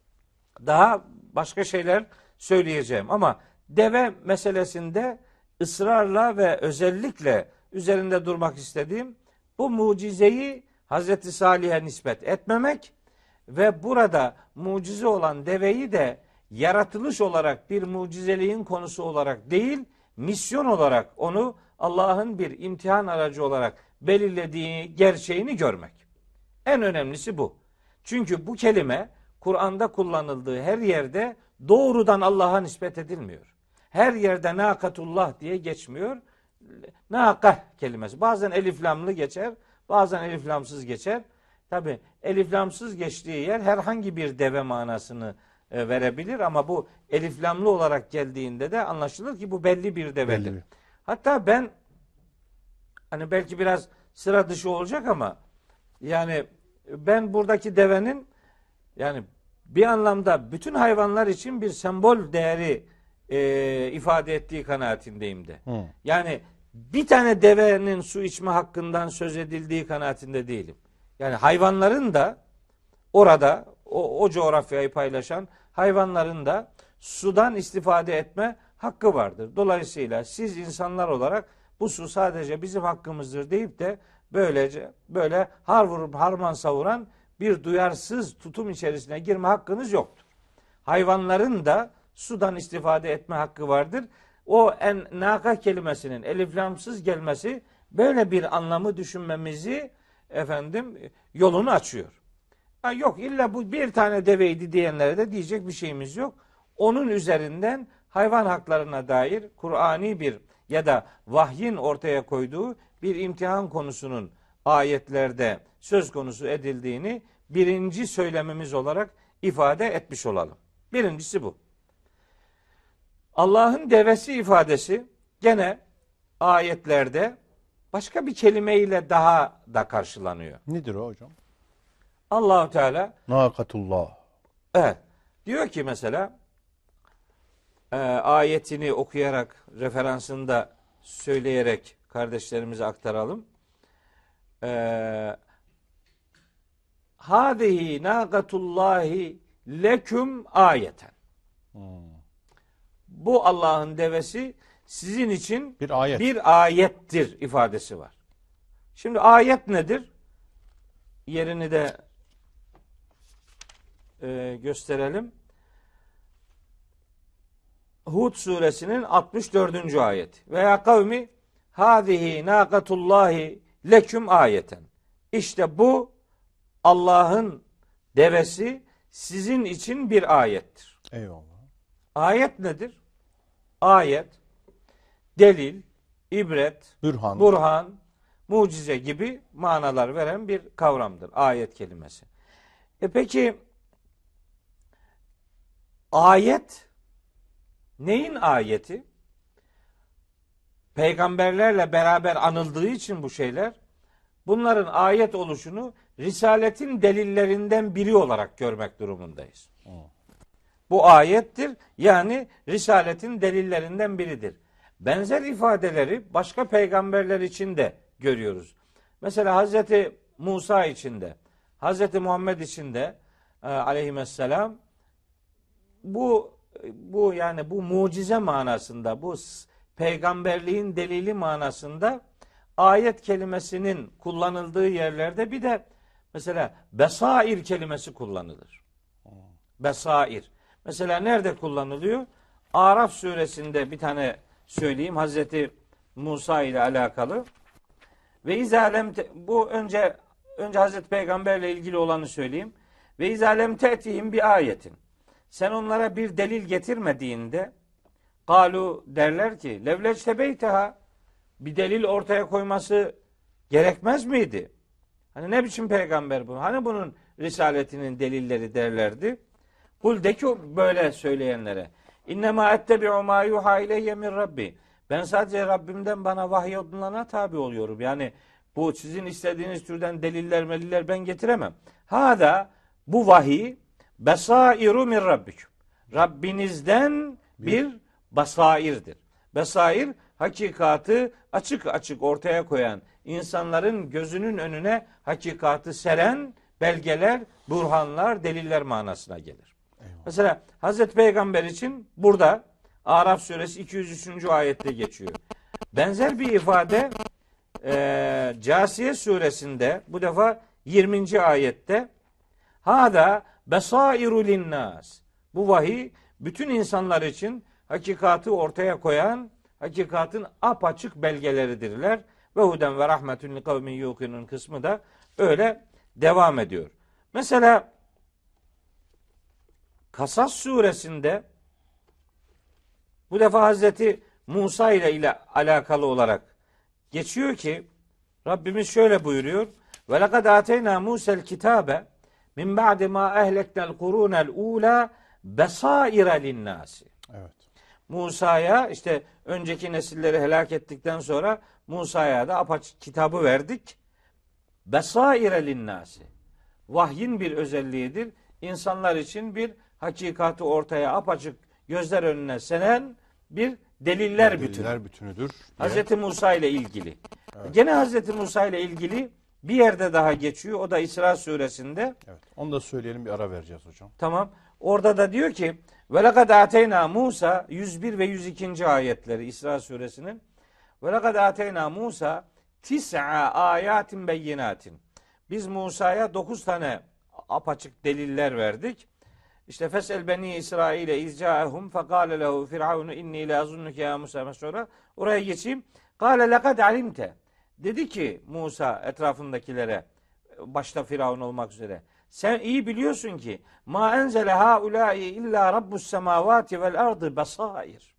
Daha başka şeyler söyleyeceğim ama deve meselesinde ısrarla ve özellikle üzerinde durmak istediğim bu mucizeyi Hazreti Salih'e nispet etmemek ve burada mucize olan deveyi de yaratılış olarak bir mucizeliğin konusu olarak değil, misyon olarak onu Allah'ın bir imtihan aracı olarak belirlediği gerçeğini görmek. En önemlisi bu. Çünkü bu kelime Kur'an'da kullanıldığı her yerde doğrudan Allah'a nispet edilmiyor. Her yerde nakatullah diye geçmiyor. Naka kelimesi. Bazen eliflamlı geçer, bazen eliflamsız geçer. Tabi eliflamsız geçtiği yer herhangi bir deve manasını e, verebilir ama bu eliflamlı olarak geldiğinde de anlaşılır ki bu belli bir devedir. Belli. Hatta ben hani belki biraz sıra dışı olacak ama yani ben buradaki devenin yani bir anlamda bütün hayvanlar için bir sembol değeri e, ifade ettiği kanaatindeyim de. Hı. Yani bir tane devenin su içme hakkından söz edildiği kanaatinde değilim. Yani hayvanların da orada o, o coğrafyayı paylaşan hayvanların da sudan istifade etme hakkı vardır. Dolayısıyla siz insanlar olarak bu su sadece bizim hakkımızdır deyip de böylece böyle har vurup harman savuran bir duyarsız tutum içerisine girme hakkınız yoktur. Hayvanların da sudan istifade etme hakkı vardır. O en naka kelimesinin eliflamsız gelmesi böyle bir anlamı düşünmemizi efendim yolunu açıyor. Ha, yok illa bu bir tane deveydi diyenlere de diyecek bir şeyimiz yok. Onun üzerinden hayvan haklarına dair Kur'ani bir ya da vahyin ortaya koyduğu bir imtihan konusunun ayetlerde söz konusu edildiğini birinci söylemimiz olarak ifade etmiş olalım. Birincisi bu. Allah'ın devesi ifadesi gene ayetlerde başka bir kelimeyle daha da karşılanıyor. Nedir o hocam? Allah-u Teala nakatullah. Evet. Diyor ki mesela e, ayetini okuyarak referansını da söyleyerek kardeşlerimize aktaralım. Eee Hâzihi nâgatullâhi leküm ayeten. Hmm. Bu Allah'ın devesi sizin için bir, ayet. bir ayettir ifadesi var. Şimdi ayet nedir? Yerini de e, gösterelim. Hud suresinin altmış dördüncü ayeti. Ve ya kavmi hâzihi nâgatullâhi leküm ayeten. İşte bu Allah'ın devesi sizin için bir ayettir. Eyvallah. Ayet nedir? Ayet, delil, ibret, burhan, burhan, mucize gibi manalar veren bir kavramdır. Ayet kelimesi. E peki ayet neyin ayeti? Peygamberlerle beraber anıldığı için bu şeyler bunların ayet oluşunu Risaletin delillerinden biri olarak görmek durumundayız. Hmm. Bu ayettir. Yani Risaletin delillerinden biridir. Benzer ifadeleri başka peygamberler için de görüyoruz. Mesela Hazreti Musa için de, Hazreti Muhammed için de e, aleyhisselam bu bu yani bu mucize manasında, bu peygamberliğin delili manasında ayet kelimesinin kullanıldığı yerlerde bir de mesela besair kelimesi kullanılır. Besair. Mesela nerede kullanılıyor? Araf suresinde bir tane söyleyeyim. Hazreti Musa ile alakalı. Ve izalem bu önce önce Hazreti Peygamberle ilgili olanı söyleyeyim. Ve izalem te'tihim bir ayetin. Sen onlara bir delil getirmediğinde galu derler ki levlectebeyteha bir delil ortaya koyması gerekmez miydi? Hani ne biçim peygamber bu? Hani bunun risaletinin delilleri derlerdi. Kul de ki böyle söyleyenlere. İnnemâ ettebi'u mâ yuhâ ileyye min Rabbi. Ben sadece Rabbimden bana vahyolunana tabi oluyorum. Yani bu sizin istediğiniz türden deliller meliller ben getiremem. Hâdâ bu vahiy besâiru min Rabbiküm. Rabbinizden bir basairdir. Besair hakikatı açık açık ortaya koyan, insanların gözünün önüne hakikatı seren belgeler, burhanlar, deliller manasına gelir. Eyvallah. Mesela Hazreti Peygamber için burada Araf suresi iki yüz üçüncü ayette geçiyor. Benzer bir ifade e, Câsiye suresinde bu defa yirminci ayette Hâdâ besâiru linnâs. Bu vahiy bütün insanlar için hakikatı ortaya koyan, hakikatın apaçık belgeleridirler. Ve huden ve rahmetun li kavmin yuqinun kısmı da öyle devam ediyor. Mesela Kasas suresinde bu defa Hazreti Musa ile ile alakalı olarak geçiyor ki Rabbimiz şöyle buyuruyor. Ve lekad ateyna Musa'l kitabe min ba'di ma ehleknel kurunel ula besaire linnâsi. Evet. Musa'ya işte önceki nesilleri helak ettikten sonra Musa'ya da apaçık kitabı verdik. Besaire linnâsi. Vahyin bir özelliğidir. İnsanlar için bir hakikati ortaya apaçık gözler önüne senen bir deliller, deliller bütünü. bütünüdür. Hazreti Musa ile ilgili. Evet. Gene Hazreti Musa ile ilgili bir yerde daha geçiyor. O da İsra suresinde. Evet. Onu da söyleyelim, bir ara vereceğiz hocam. Tamam. Orada da diyor ki ve lekad ateyna Musa yüz bir ve yüz ikinci ayetleri İsra suresinin ve lekad ateyna Musa tis'a ayatin beyinatin. Biz Musa'ya dokuz tane apaçık deliller verdik. İşte fesel beni İsrail'e izca'ahum fekale lehu firavunu inni la azunnuke ya Musa sonra oraya geçeyim. Kale lekad alimte. Dedi ki Musa etrafındakilere başta Firavun olmak üzere sen iyi biliyorsun ki ma enzele haulâi illa rabbus semavati vel ardı besair.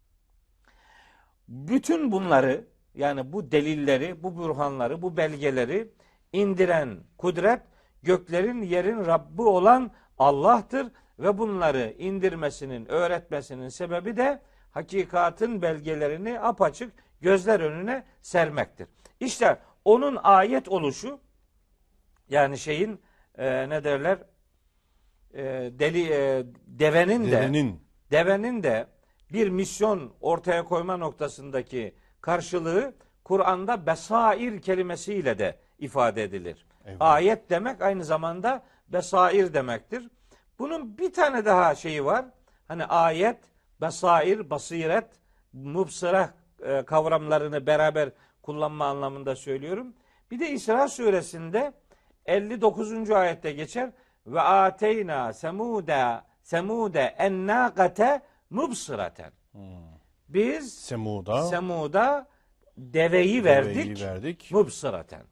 Bütün bunları yani bu delilleri, bu burhanları, bu belgeleri indiren kudret göklerin yerin Rabbi olan Allah'tır ve bunları indirmesinin, öğretmesinin sebebi de hakikatın belgelerini apaçık gözler önüne sermektir. İşte onun ayet oluşu yani şeyin e, ne derler e, deli e, devenin de devenin. devenin de bir misyon ortaya koyma noktasındaki karşılığı Kur'an'da besair kelimesiyle de ifade edilir. Eyvallah. Ayet demek aynı zamanda besair demektir. Bunun bir tane daha şeyi var. Hani ayet, besair, basiret, mubsıra e, kavramlarını beraber kullanma anlamında söylüyorum. Bir de İsra suresinde elli dokuzuncu ayette geçer. Ve ateyna semuda semude ennâkate mubsıraten. Hmm. Biz Semuda, Semuda deveyi, deveyi verdik, verdik. Mubsıraten.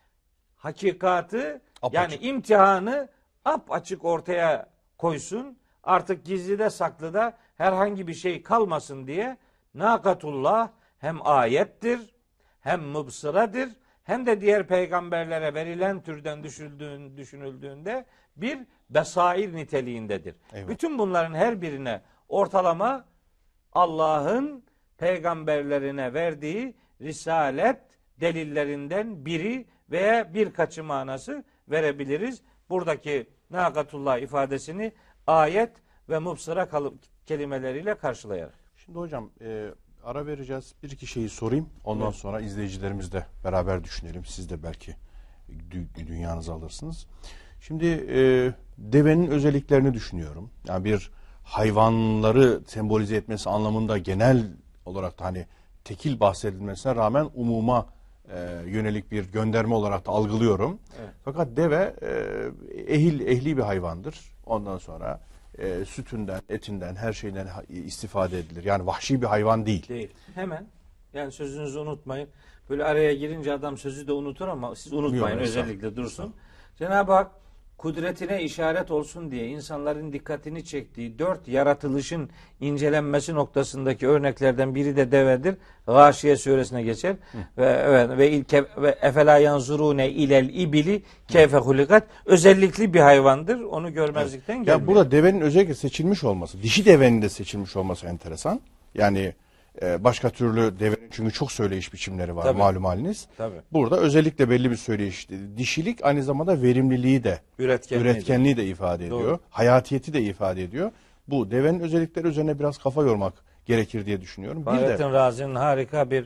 Hakikatı apaçık. Yani imtihanı apaçık ortaya koysun. Artık gizlide saklıda herhangi bir şey kalmasın diye nakatullah hem ayettir, hem mubsıradır, hem de diğer peygamberlere verilen türden düşünüldüğün, düşünüldüğünde bir besair niteliğindedir. Eyvallah. Bütün bunların her birine ortalama Allah'ın peygamberlerine verdiği risalet delillerinden biri veya birkaçı manası verebiliriz. Buradaki nakatullah ifadesini ayet ve mubsıra kelimeleriyle karşılayarak. Şimdi hocam e, ara vereceğiz. Bir iki şeyi sorayım. Ondan evet. sonra izleyicilerimizle beraber düşünelim. Siz de belki dü- dünyanızı alırsınız. Şimdi e, devenin özelliklerini düşünüyorum. Yani bir hayvanları sembolize etmesi anlamında genel olarak da hani tekil bahsedilmesine rağmen umuma e, yönelik bir gönderme olarak da algılıyorum. Evet. Fakat deve e, ehil ehli bir hayvandır. Ondan sonra e, sütünden, etinden, her şeyden istifade edilir. Yani vahşi bir hayvan değil. Değil. Hemen yani sözünüzü unutmayın. Böyle araya girince adam sözü de unutur ama siz unutmayın, özellikle dursun. Cenab-ı Hak kudretine işaret olsun diye insanların dikkatini çektiği dört yaratılışın incelenmesi noktasındaki örneklerden biri de devedir. Gâşiye suresine geçer. Hı. Ve evet ve ilke ve efela yanzurune ilel ibili keyfe hulikat, özellikli bir hayvandır. Onu görmezlikten evet. gelmiyor. Ya burada devenin özellikle seçilmiş olması, dişi devenin de seçilmiş olması enteresan. Yani başka türlü devenin çünkü çok söyleyiş biçimleri var. Tabii. Malum haliniz. Tabii. Burada özellikle belli bir söyleyiş. Dişilik aynı zamanda verimliliği de, üretkenliği, üretkenliği de. de ifade ediyor. Doğru. Hayatiyeti de ifade ediyor. Bu devenin özellikleri üzerine biraz kafa yormak gerekir diye düşünüyorum. Fahrettin Razi'nin harika bir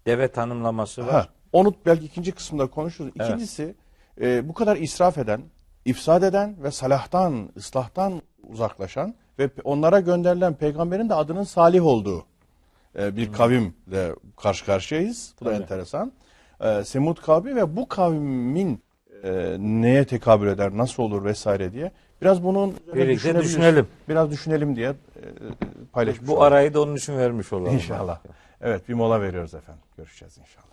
deve tanımlaması var. Ha, onu belki ikinci kısımda konuşuruz. İkincisi e, bu kadar israf eden, ifsad eden ve salahtan, ıslahtan uzaklaşan ve onlara gönderilen peygamberin de adının Salih olduğu e, bir kavimle karşı karşıyayız. Bu da Tabii. enteresan. E, Semud kavmi ve bu kavmin e, neye tekabül eder, nasıl olur vesaire diye. Biraz bunun üzerine Birlikte düşünebiliriz. düşünelim. Biraz düşünelim diye e, paylaşmış Bu olalım. arayı da onun için vermiş olalım. İnşallah. Evet, bir mola veriyoruz efendim. Görüşeceğiz inşallah.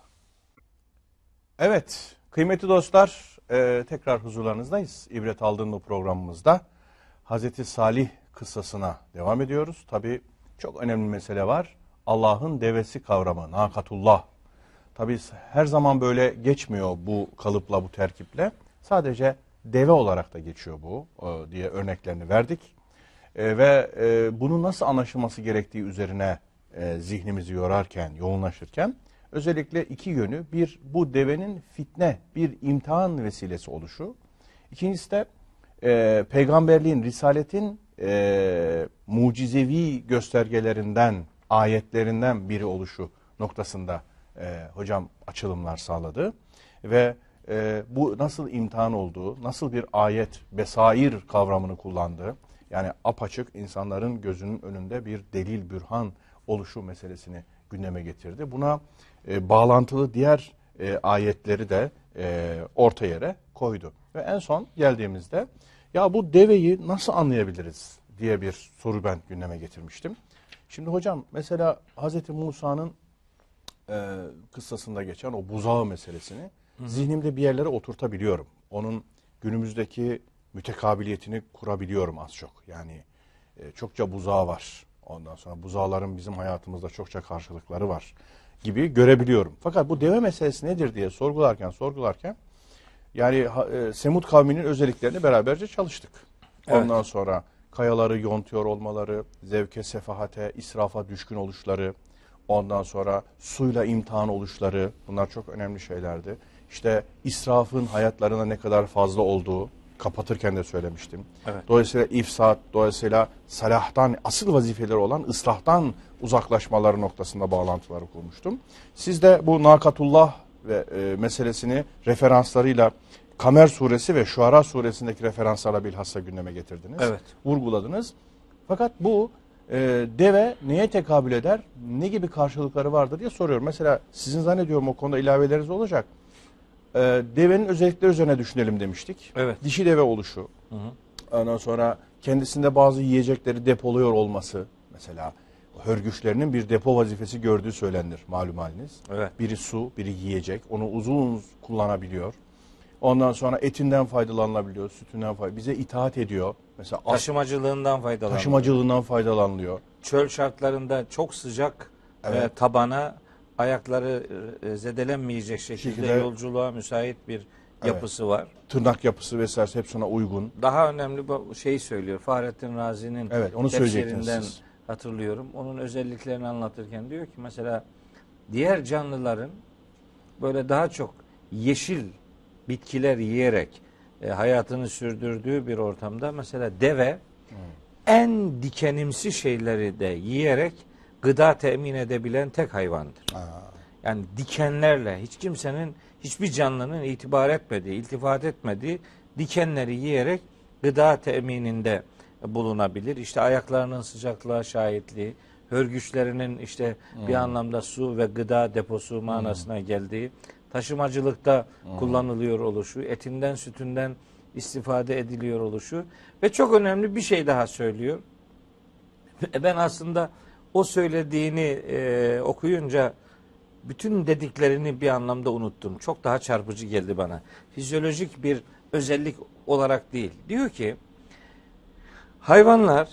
Evet, kıymetli dostlar, e, tekrar huzurlarınızdayız. İbret aldığın mı programımızda Hazreti Salih kıssasına devam ediyoruz. Tabii çok önemli bir mesele var. Allah'ın devesi kavramı, nakatullah. Tabii her zaman böyle geçmiyor bu kalıpla, bu terkiple. Sadece deve olarak da geçiyor bu e, diye örneklerini verdik. E, ve e, bunun nasıl anlaşılması gerektiği üzerine e, zihnimizi yorarken, yoğunlaşırken özellikle iki yönü. Bir, bu devenin fitne, bir imtihan vesilesi oluşu. İkincisi de e, peygamberliğin, risaletin e, mucizevi göstergelerinden, ayetlerinden biri oluşu noktasında e, hocam açılımlar sağladı. Ve e, bu nasıl imtihan olduğu, nasıl bir ayet, besair kavramını kullandığı, yani apaçık insanların gözünün önünde bir delil, bürhan oluşu meselesini gündeme getirdi. Buna e, bağlantılı diğer e, ayetleri de e, orta yere koydu. Ve en son geldiğimizde ya bu deveyi nasıl anlayabiliriz diye bir soru ben gündeme getirmiştim. Şimdi hocam mesela Hazreti Musa'nın e, kıssasında geçen o buzağı meselesini hı hı. zihnimde bir yerlere oturtabiliyorum. Onun günümüzdeki mütekabiliyetini kurabiliyorum az çok. Yani e, çokça buzağı var. Ondan sonra buzağların bizim hayatımızda çokça karşılıkları var gibi görebiliyorum. Fakat bu deve meselesi nedir diye sorgularken sorgularken yani e, Semud kavminin özelliklerini beraberce çalıştık. Evet. Ondan sonra kayaları yontuyor olmaları, zevke, sefahate, israfa düşkün oluşları, ondan sonra suyla imtihan oluşları, bunlar çok önemli şeylerdi. İşte israfın hayatlarına ne kadar fazla olduğu, kapatırken de söylemiştim. Evet. Dolayısıyla ifsat, dolayısıyla salahtan, asıl vazifeleri olan ıslahtan uzaklaşmaları noktasında bağlantıları kurmuştum. Siz de bu nakatullah ve e, meselesini referanslarıyla Kamer suresi ve Şuara suresindeki referanslarla bilhassa gündeme getirdiniz. Evet. Vurguladınız. Fakat bu e, deve neye tekabül eder, ne gibi karşılıkları vardır diye soruyorum. Mesela sizin zannediyorum o konuda ilaveleriniz olacak. E, devenin özellikleri üzerine düşünelim demiştik. Evet. Dişi deve oluşu. Hı hı. Ondan sonra kendisinde bazı yiyecekleri depoluyor olması. Mesela hörgüçlerinin bir depo vazifesi gördüğü söylenir malum haliniz. Evet. Biri su, biri yiyecek. Onu uzun kullanabiliyor. Ondan sonra etinden faydalanılabiliyor, sütünden faydalanılıyor. Bize itaat ediyor. Mesela taşımacılığından faydalanıyor. Taşımacılığından faydalanılıyor. Çöl şartlarında çok sıcak Evet. e, tabana ayakları e, zedelenmeyecek şekilde Şekilde, yolculuğa müsait bir yapısı evet. var. Tırnak yapısı vesaire hepsi ona uygun. Daha önemli bu şeyi söylüyor. Fahrettin Razi'nin evet, onu tefsirinden hatırlıyorum. Onun özelliklerini anlatırken diyor ki mesela diğer canlıların böyle daha çok yeşil bitkiler yiyerek e, hayatını sürdürdüğü bir ortamda mesela deve hmm. en dikenimsi şeyleri de yiyerek gıda temin edebilen tek hayvandır. Aa. Yani dikenlerle hiç kimsenin, hiçbir canlının itibar etmediği, iltifat etmediği dikenleri yiyerek gıda temininde bulunabilir. İşte ayaklarının sıcaklığa şahitliği, hörgüçlerinin işte hmm. bir anlamda su ve gıda deposu manasına hmm. geldiği, taşımacılıkta hmm. kullanılıyor oluşu, etinden sütünden istifade ediliyor oluşu ve çok önemli bir şey daha söylüyor. Ben aslında o söylediğini e, okuyunca bütün dediklerini bir anlamda unuttum. Çok daha çarpıcı geldi bana. Fizyolojik bir özellik olarak değil. Diyor ki hayvanlar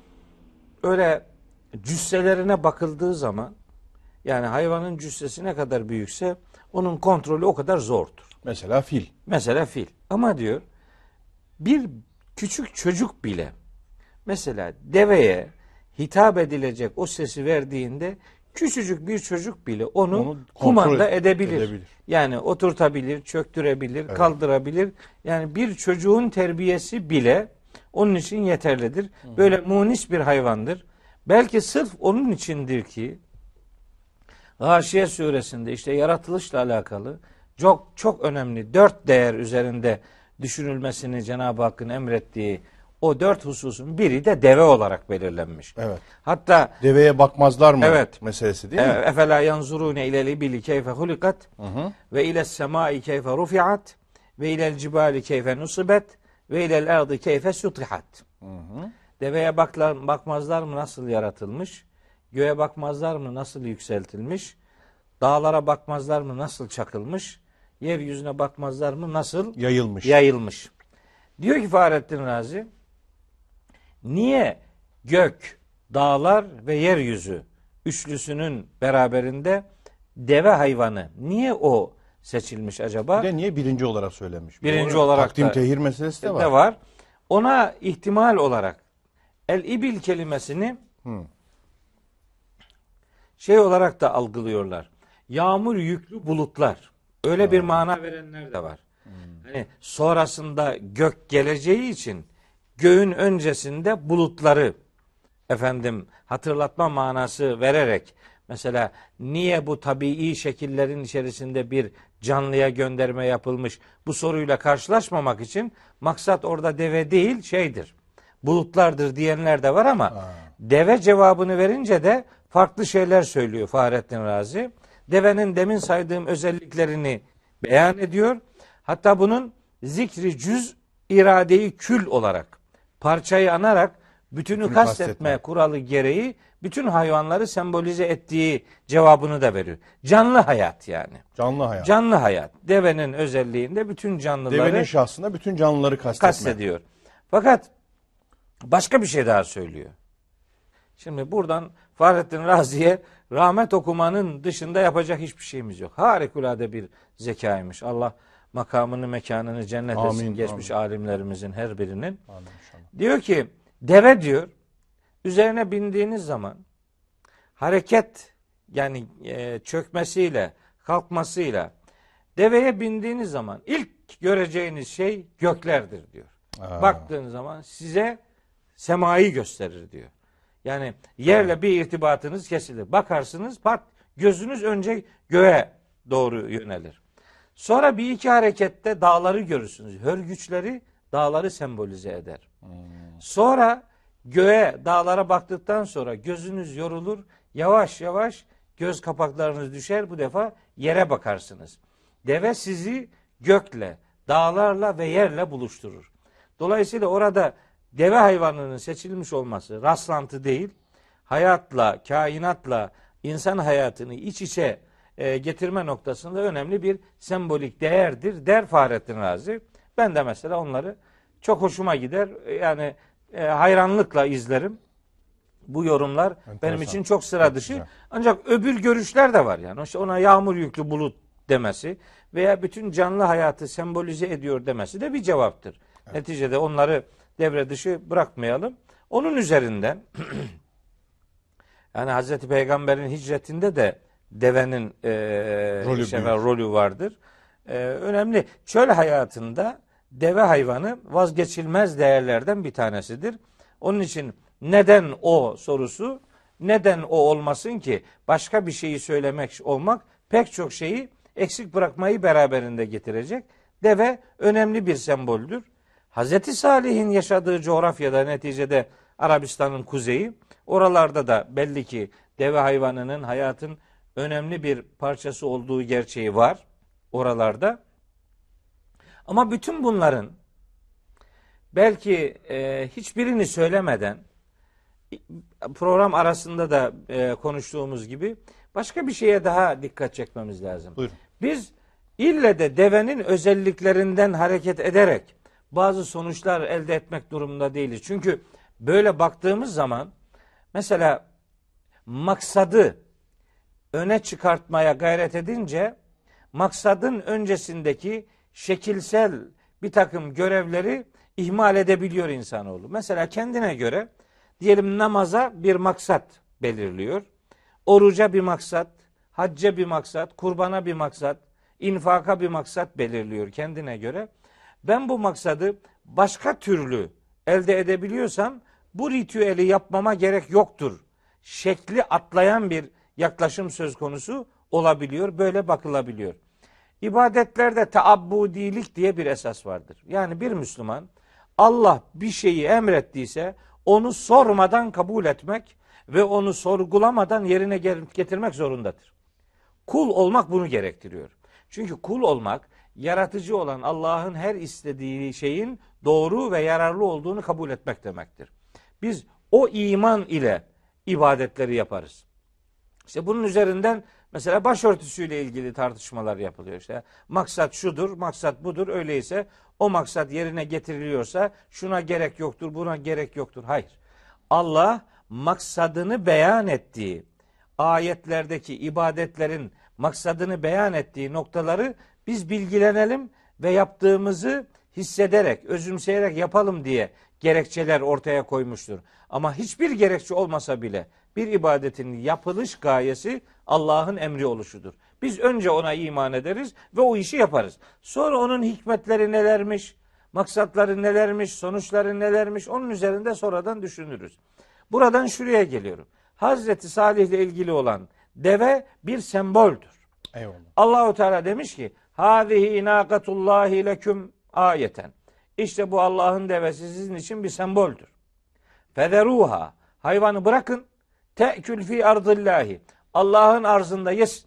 öyle cüsselerine bakıldığı zaman yani hayvanın cüssesi ne kadar büyükse onun kontrolü o kadar zordur. Mesela fil. Mesela fil. Ama diyor bir küçük çocuk bile mesela deveye hitap edilecek o sesi verdiğinde küçücük bir çocuk bile onu, onu kumanda edebilir. edebilir. Yani oturtabilir, çöktürebilir, evet. kaldırabilir. Yani bir çocuğun terbiyesi bile onun için yeterlidir. Hı. Böyle munis bir hayvandır. Belki sırf onun içindir ki Gâşiye suresinde işte yaratılışla alakalı çok çok önemli dört değer üzerinde düşünülmesini Cenab-ı Hakk'ın emrettiği o dört hususun biri de deve olarak belirlenmiş. Evet. Hatta Deveye bakmazlar mı evet, meselesi değil mi? Efela yanzurune ilel ibili keyfe hulikat ve ile semai keyfe rufiat ve ilel cibali keyfe nusibet ve ilel ardı keyfe sutihat. Deveye baklar, bakmazlar mı nasıl yaratılmış? Göğe bakmazlar mı nasıl yükseltilmiş? Dağlara bakmazlar mı nasıl çakılmış? Yeryüzüne bakmazlar mı nasıl Yayılmış. yayılmış? Diyor ki Fahrettin Razi, niye gök, dağlar ve yeryüzü üçlüsünün beraberinde deve hayvanı, niye o seçilmiş acaba? Bir de niye birinci olarak söylenmiş? Birinci Doğru. olarak Takdim da, tehir meselesi de var. de var. Ona ihtimal olarak el ibil kelimesini Hı. şey olarak da algılıyorlar. Yağmur yüklü bulutlar. Öyle ha. bir mana verenler de var. Hmm. Hani sonrasında gök geleceği için göğün öncesinde bulutları efendim hatırlatma manası vererek mesela niye bu tabii şekillerin içerisinde bir canlıya gönderme yapılmış bu soruyla karşılaşmamak için maksat orada deve değil şeydir. Bulutlardır diyenler de var ama ha. deve cevabını verince de farklı şeyler söylüyor Fahrettin Razi. Devenin demin saydığım özelliklerini beyan ediyor. Hatta bunun zikri cüz iradeyi kül olarak parçayı anarak bütünü Bütünü kastetme, kastetme kuralı gereği bütün hayvanları sembolize ettiği cevabını da veriyor. Canlı hayat yani. Canlı hayat. Canlı hayat. Devenin özelliğinde bütün canlıları Devenin şahsında bütün canlıları kastetme. kastediyor. Fakat başka bir şey daha söylüyor. Şimdi buradan Fahrettin Razi'ye rahmet okumanın dışında yapacak hiçbir şeyimiz yok. Harikulade bir zekaymış. Allah makamını, mekanını cennet etsin amin, geçmiş amin. alimlerimizin her birinin. Amin, diyor ki deve diyor üzerine bindiğiniz zaman hareket yani e, çökmesiyle kalkmasıyla deveye bindiğiniz zaman ilk göreceğiniz şey göklerdir diyor. Aa. Baktığınız zaman size semayı gösterir diyor. Yani yerle Aa. bir irtibatınız kesilir. Bakarsınız pat gözünüz önce göğe doğru yönelir. Sonra bir iki harekette dağları görürsünüz. Hörgüçleri dağları sembolize eder. Hmm. Sonra göğe, dağlara baktıktan sonra gözünüz yorulur. Yavaş yavaş göz kapaklarınız düşer. Bu defa yere bakarsınız. Deve sizi gökle, dağlarla ve yerle buluşturur. Dolayısıyla orada deve hayvanının seçilmiş olması rastlantı değil. Hayatla, kainatla insan hayatını iç içe e, getirme noktasında önemli bir sembolik değerdir der Fahrettin Razi. Ben de mesela onları çok hoşuma gider. Yani e, hayranlıkla izlerim. Bu yorumlar enteresan. Benim için çok sıra dışı. Çok ancak öbür görüşler de var yani. İşte ona yağmur yüklü bulut demesi veya bütün canlı hayatı sembolize ediyor demesi de bir cevaptır. Evet. Neticede onları devre dışı bırakmayalım. Onun üzerinden yani Hazreti Peygamber'in hicretinde de devenin e, rolü, şey var, rolü vardır. E, önemli. Çöl hayatında deve hayvanı vazgeçilmez değerlerden bir tanesidir. Onun için neden o sorusu, neden o olmasın ki başka bir şeyi söylemek olmak pek çok şeyi eksik bırakmayı beraberinde getirecek. Deve önemli bir semboldür. Hazreti Salih'in yaşadığı coğrafyada neticede Arabistan'ın kuzeyi, oralarda da belli ki deve hayvanının hayatın önemli bir parçası olduğu gerçeği var oralarda. Ama bütün bunların belki e, hiçbirini söylemeden program arasında da e, konuştuğumuz gibi başka bir şeye daha dikkat çekmemiz lazım. Buyurun. Biz ille de devenin özelliklerinden hareket ederek bazı sonuçlar elde etmek durumunda değiliz. Çünkü böyle baktığımız zaman mesela maksadı öne çıkartmaya gayret edince maksadın öncesindeki şekilsel bir takım görevleri ihmal edebiliyor insanoğlu. Mesela kendine göre diyelim namaza bir maksat belirliyor. Oruca bir maksat, hacca bir maksat, kurbana bir maksat, infaka bir maksat belirliyor kendine göre. Ben bu maksadı başka türlü elde edebiliyorsam bu ritüeli yapmama gerek yoktur. Şekli atlayan bir yaklaşım söz konusu olabiliyor. Böyle bakılabiliyor. İbadetlerde teabbudilik diye bir esas vardır. Yani bir Müslüman Allah bir şeyi emrettiyse onu sormadan kabul etmek ve onu sorgulamadan yerine getirmek zorundadır. Kul olmak bunu gerektiriyor. Çünkü kul olmak yaratıcı olan Allah'ın her istediği şeyin doğru ve yararlı olduğunu kabul etmek demektir. Biz o iman ile ibadetleri yaparız. İşte bunun üzerinden mesela başörtüsüyle ilgili tartışmalar yapılıyor. İşte maksat şudur, maksat budur. Öyleyse o maksat yerine getiriliyorsa şuna gerek yoktur, buna gerek yoktur. Hayır. Allah maksadını beyan ettiği, ayetlerdeki ibadetlerin maksadını beyan ettiği noktaları biz bilgilenelim ve yaptığımızı hissederek, özümseyerek yapalım diye gerekçeler ortaya koymuştur. Ama hiçbir gerekçe olmasa bile bir ibadetin yapılış gayesi Allah'ın emri oluşudur. Biz önce ona iman ederiz ve o işi yaparız. Sonra onun hikmetleri nelermiş, maksatları nelermiş, sonuçları nelermiş, onun üzerinde sonradan düşünürüz. Buradan şuraya geliyorum. Hazreti Salih ile ilgili olan deve bir semboldür. Eyvallah. Allahu Teala demiş ki: "Hâzihi nâkatullâhi leküm ayeten." İşte bu Allah'ın devesi sizin için bir semboldür. Federuha, hayvanı bırakın, te'kül fi ardillahi, Allah'ın arzında yesin.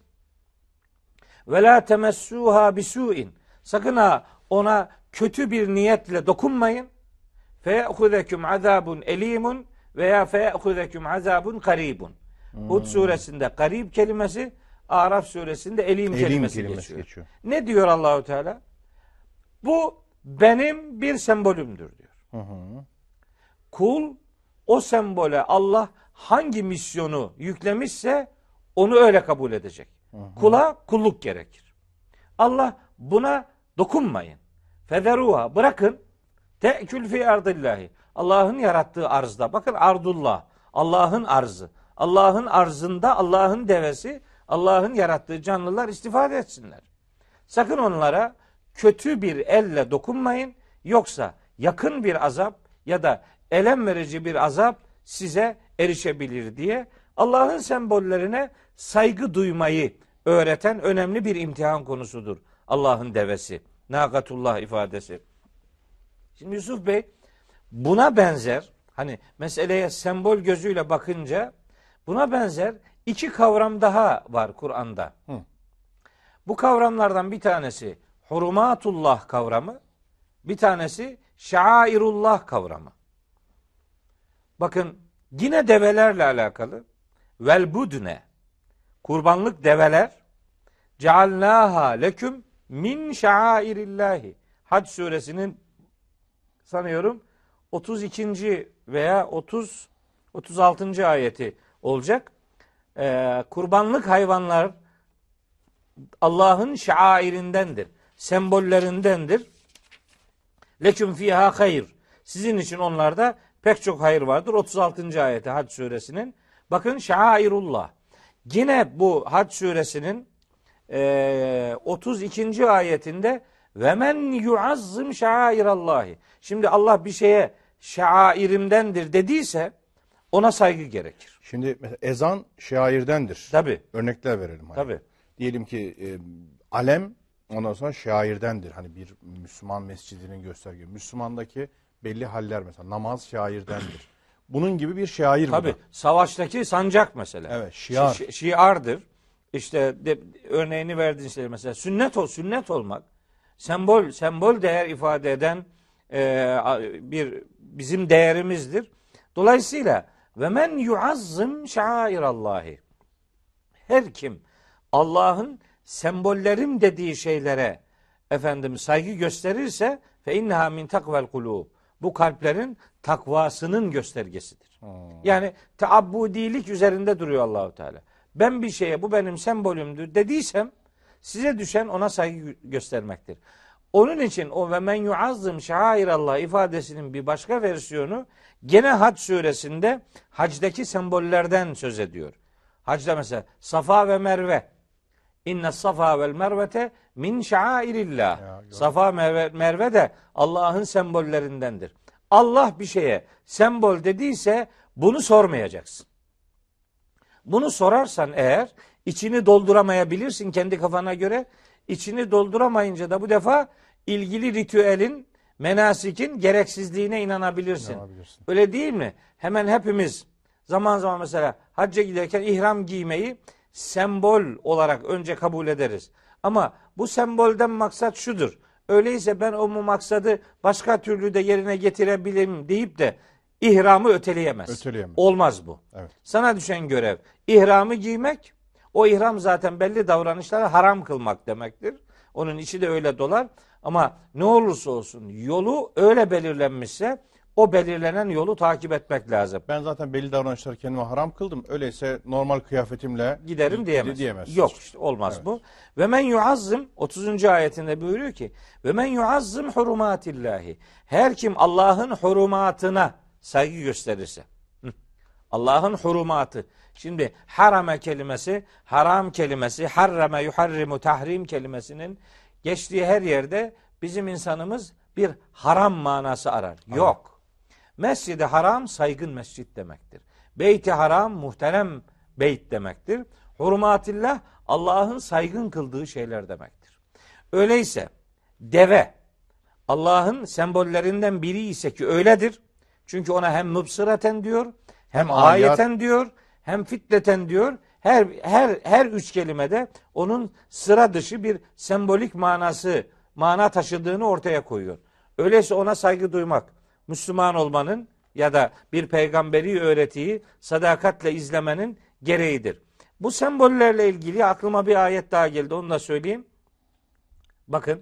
Ve la temessuha bisu'in, sakın ha ona kötü bir niyetle dokunmayın. Feye'khudeküm azabun elimun veya feye'khudeküm azabun karibun. Hmm. Hud suresinde garib kelimesi, Araf suresinde elim, elim kelimesi, kelimesi geçiyor. geçiyor. Ne diyor Allahu Teala? Bu benim bir sembolümdür diyor. Hı hı. Kul o sembole Allah hangi misyonu yüklemişse onu öyle kabul edecek. Hı hı. Kula kulluk gerekir. Allah buna dokunmayın. Federuha, bırakın. Te'kül fi ardillahi, Allah'ın yarattığı arzda. Bakın ardullah, Allah'ın arzı. Allah'ın arzında Allah'ın devesi, Allah'ın yarattığı canlılar istifade etsinler. Sakın onlara kötü bir elle dokunmayın. Yoksa yakın bir azap ya da elem verici bir azap size erişebilir diye Allah'ın sembollerine saygı duymayı öğreten önemli bir imtihan konusudur Allah'ın devesi. Nakatullah ifadesi. Şimdi Yusuf Bey buna benzer, hani meseleye sembol gözüyle bakınca buna benzer iki kavram daha var Kur'an'da. Hı. Bu kavramlardan bir tanesi hurumatullah kavramı, bir tanesi şairullah kavramı. Bakın yine develerle alakalı. Vel budne, kurbanlık develer, cealnaha leküm min şairillahi. Hac suresinin sanıyorum otuz ikinci veya otuz otuz altıncı ayeti olacak. Ee, kurbanlık hayvanlar Allah'ın şairindendir, sembollerindendir. Leküm fiha hayır. Sizin için onlarda pek çok hayır vardır. otuz altıncı ayeti Hac suresinin. Bakın şairullah. Yine bu Hac suresinin e, otuz ikinci ayetinde ve men yuazzım şairallahi. Şimdi Allah bir şeye şairimdendir dediyse ona saygı gerekir. Şimdi mesela ezan şairdendir. Tabii. Örnekler verelim. Hani. Tabii. Diyelim ki e, alem ondan sonra şairdendir. Hani bir Müslüman mescidinin göstergesi. Müslümandaki belli haller mesela namaz şairdendir. Bunun gibi bir şair bu. Tabii. Savaştaki sancak mesela. Evet, şiar. Şi, şiardır. İşte de, örneğini verdiğin şey mesela sünnet ol, sünnet olmak sembol sembol değer ifade eden e, bir bizim değerimizdir. Dolayısıyla ve men yuazzım şairallahi. Her kim Allah'ın sembollerim dediği şeylere efendim saygı gösterirse fe inneha min takvel kulub. Bu kalplerin takvasının göstergesidir. Hmm. Yani teabbudilik üzerinde duruyor Allahu Teala. Ben bir şeye bu benim sembolümdür dediysem size düşen ona saygı göstermektir. Onun için o ve men yuazzım şairallah ifadesinin bir başka versiyonu gene Hac suresinde hacdaki sembollerden söz ediyor. Hacda mesela Safa ve Merve. İnne Safa vel Mervete min şairillah. Safa Merve, Merve de Allah'ın sembollerindendir. Allah bir şeye sembol dediyse bunu sormayacaksın. Bunu sorarsan eğer içini dolduramayabilirsin kendi kafana göre. İçini dolduramayınca da bu defa ilgili ritüelin, menasikin gereksizliğine inanabilirsin. İnanabilirsin. Öyle değil mi? Hemen hepimiz zaman zaman mesela hacca giderken ihram giymeyi sembol olarak önce kabul ederiz. Ama bu sembolden maksat şudur. Öyleyse ben o maksadı başka türlü de yerine getirebilirim deyip de ihramı öteleyemez. Öteleyemez. Olmaz bu. Evet. Sana düşen görev ihramı giymek. O ihram zaten belli davranışları haram kılmak demektir. Onun içi de öyle dolar. Ama ne olursa olsun yolu öyle belirlenmişse o belirlenen yolu takip etmek lazım. Ben zaten belli davranışları kendime haram kıldım. Öyleyse normal kıyafetimle Giderim diyemez. diyemez. Yok işte olmaz Evet. bu. Ve men yuazzım otuzuncu ayetinde buyuruyor ki ve men yuazzım hurumatillahi. Her kim Allah'ın hurumatına saygı gösterirse. Hı. Allah'ın hurumatı. Şimdi harame kelimesi, haram kelimesi, harrame yuharrimu tahrim kelimesinin geçtiği her yerde bizim insanımız bir haram manası arar. Yok. Mescid-i Haram saygın mescit demektir. Beyt-i Haram muhterem beyt demektir. Hurumatillah Allah'ın saygın kıldığı şeyler demektir. Öyleyse deve Allah'ın sembollerinden biri ise ki öyledir. Çünkü ona hem mübsiraten diyor, hem ayeten diyor, hem fitneten diyor. Her her her üç kelimede onun sıra dışı bir sembolik manası, mana taşıdığını ortaya koyuyor. Öyleyse ona saygı duymak Müslüman olmanın ya da bir peygamberi öğretiyi sadakatle izlemenin gereğidir. Bu sembollerle ilgili aklıma bir ayet daha geldi. Onu da söyleyeyim. Bakın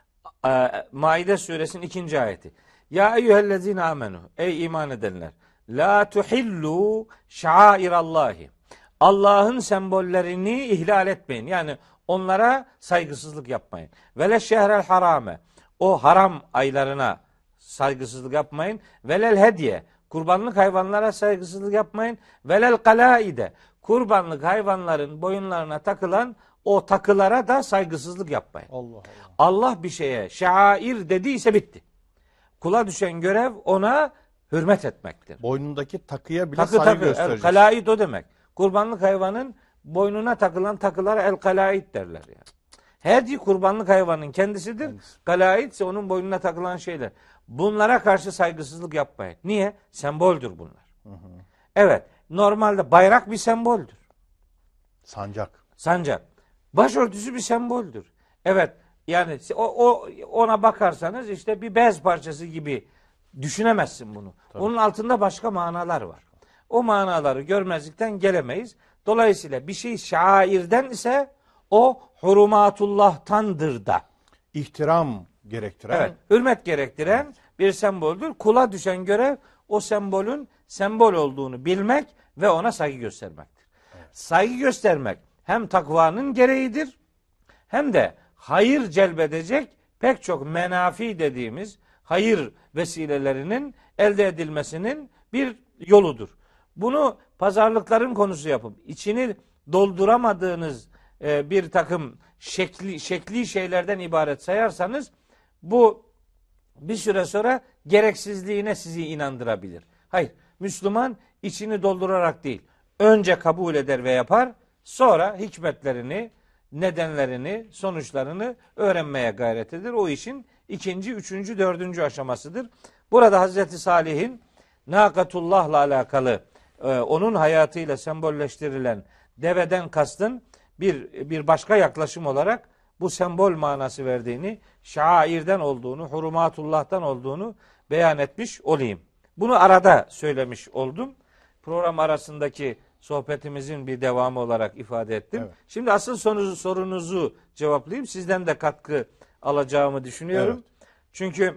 Maide suresinin ikinci ayeti. Ya eyyühellezine amenu. Ey iman edenler. La tuhillu şairallahi. Allah'ın sembollerini ihlal etmeyin. Yani onlara saygısızlık yapmayın. Vele şehrel harame. O haram aylarına saygısızlık yapmayın. Velel hediye. Kurbanlık hayvanlara saygısızlık yapmayın. Velel kalaide. Kurbanlık hayvanların boyunlarına takılan o takılara da saygısızlık yapmayın. Allah Allah. Allah bir şeye şair dediyse bitti. Kula düşen görev ona hürmet etmektir. Boynundaki takıya bile Takı saygı takı. El göstereceksin. kalaid o demek. Kurbanlık hayvanın boynuna takılan takılara el kalaid derler yani. Hedi kurbanlık hayvanın kendisidir. Kendisi. Kalaid ise onun boynuna takılan şeyler. Bunlara karşı saygısızlık yapmayın. Niye? Semboldür bunlar. Hı hı. Evet. Normalde bayrak bir semboldür. Sancak. Sancak. Başörtüsü bir semboldür. Evet. Yani o, o ona bakarsanız işte bir bez parçası gibi düşünemezsin bunu. Tabii. Onun altında başka manalar var. O manaları görmezlikten gelemeyiz. Dolayısıyla bir şey şairden ise o hurumatullah'tandır da. İhtiram gerektiren. Evet, hürmet gerektiren evet. bir semboldür. Kula düşen görev o sembolün sembol olduğunu bilmek ve ona saygı göstermektir. Evet. Saygı göstermek hem takvanın gereğidir hem de hayır celbedecek pek çok menafi dediğimiz hayır vesilelerinin elde edilmesinin bir yoludur. Bunu pazarlıkların konusu yapıp içini dolduramadığınız e, bir takım şekli şekli şeylerden ibaret sayarsanız bu bir süre sonra gereksizliğine sizi inandırabilir. Hayır, Müslüman içini doldurarak değil, önce kabul eder ve yapar, sonra hikmetlerini, nedenlerini, sonuçlarını öğrenmeye gayret eder. O işin ikinci, üçüncü, dördüncü aşamasıdır. Burada Hazreti Salih'in Nakatullah'la alakalı e, onun hayatıyla sembolleştirilen deveden kastın bir bir başka yaklaşım olarak bu sembol manası verdiğini, şairden olduğunu, hurumatullah'tan olduğunu beyan etmiş olayım. Bunu arada söylemiş oldum. Program arasındaki sohbetimizin bir devamı olarak ifade ettim. Evet. Şimdi asıl sorunuzu, sorunuzu cevaplayayım. Sizden de katkı alacağımı düşünüyorum. Evet. Çünkü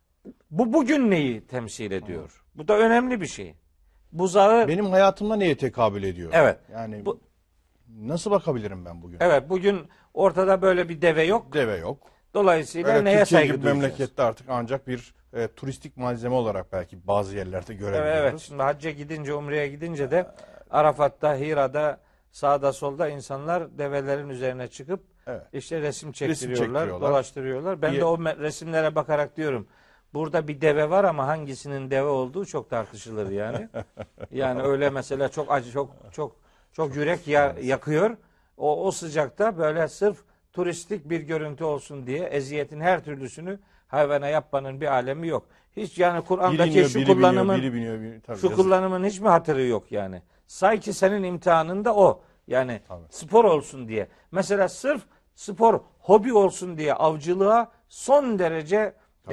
bu bugün neyi temsil ediyor? Evet. Bu da önemli bir şey. Buzağı benim hayatımda neye tekabül ediyor? Evet. Yani bu, nasıl bakabilirim ben bugün? Evet, bugün ortada böyle bir deve yok. Deve yok. Dolayısıyla evet, neye Türkiye saygı gibi duyacağız? memlekette artık ancak bir e, turistik malzeme olarak belki bazı yerlerde görebiliyoruz. Evet, evet. Şimdi hacca gidince, umreye gidince de Arafat'ta, Hira'da, sağda solda insanlar develerin üzerine çıkıp evet. işte resim çektiriyorlar, resim çektiriyorlar, dolaştırıyorlar. Ben İyi. de o resimlere bakarak diyorum, burada bir deve var ama hangisinin deve olduğu çok tartışılır yani. Yani öyle mesela çok acı, çok çok Çok yürek ya- yakıyor. O, o sıcakta böyle sırf turistik bir görüntü olsun diye eziyetin her türlüsünü hayvana yapmanın bir alemi yok. Hiç yani Kur'an'daki Biri iniyor, şu biri kullanımın biniyor, biri biniyor. Biri, tabii şu yazık. kullanımın hiç mi hatırı yok yani? Say senin imtihanın da o. Yani Tabii. spor olsun diye. Mesela sırf spor hobi olsun diye avcılığa son derece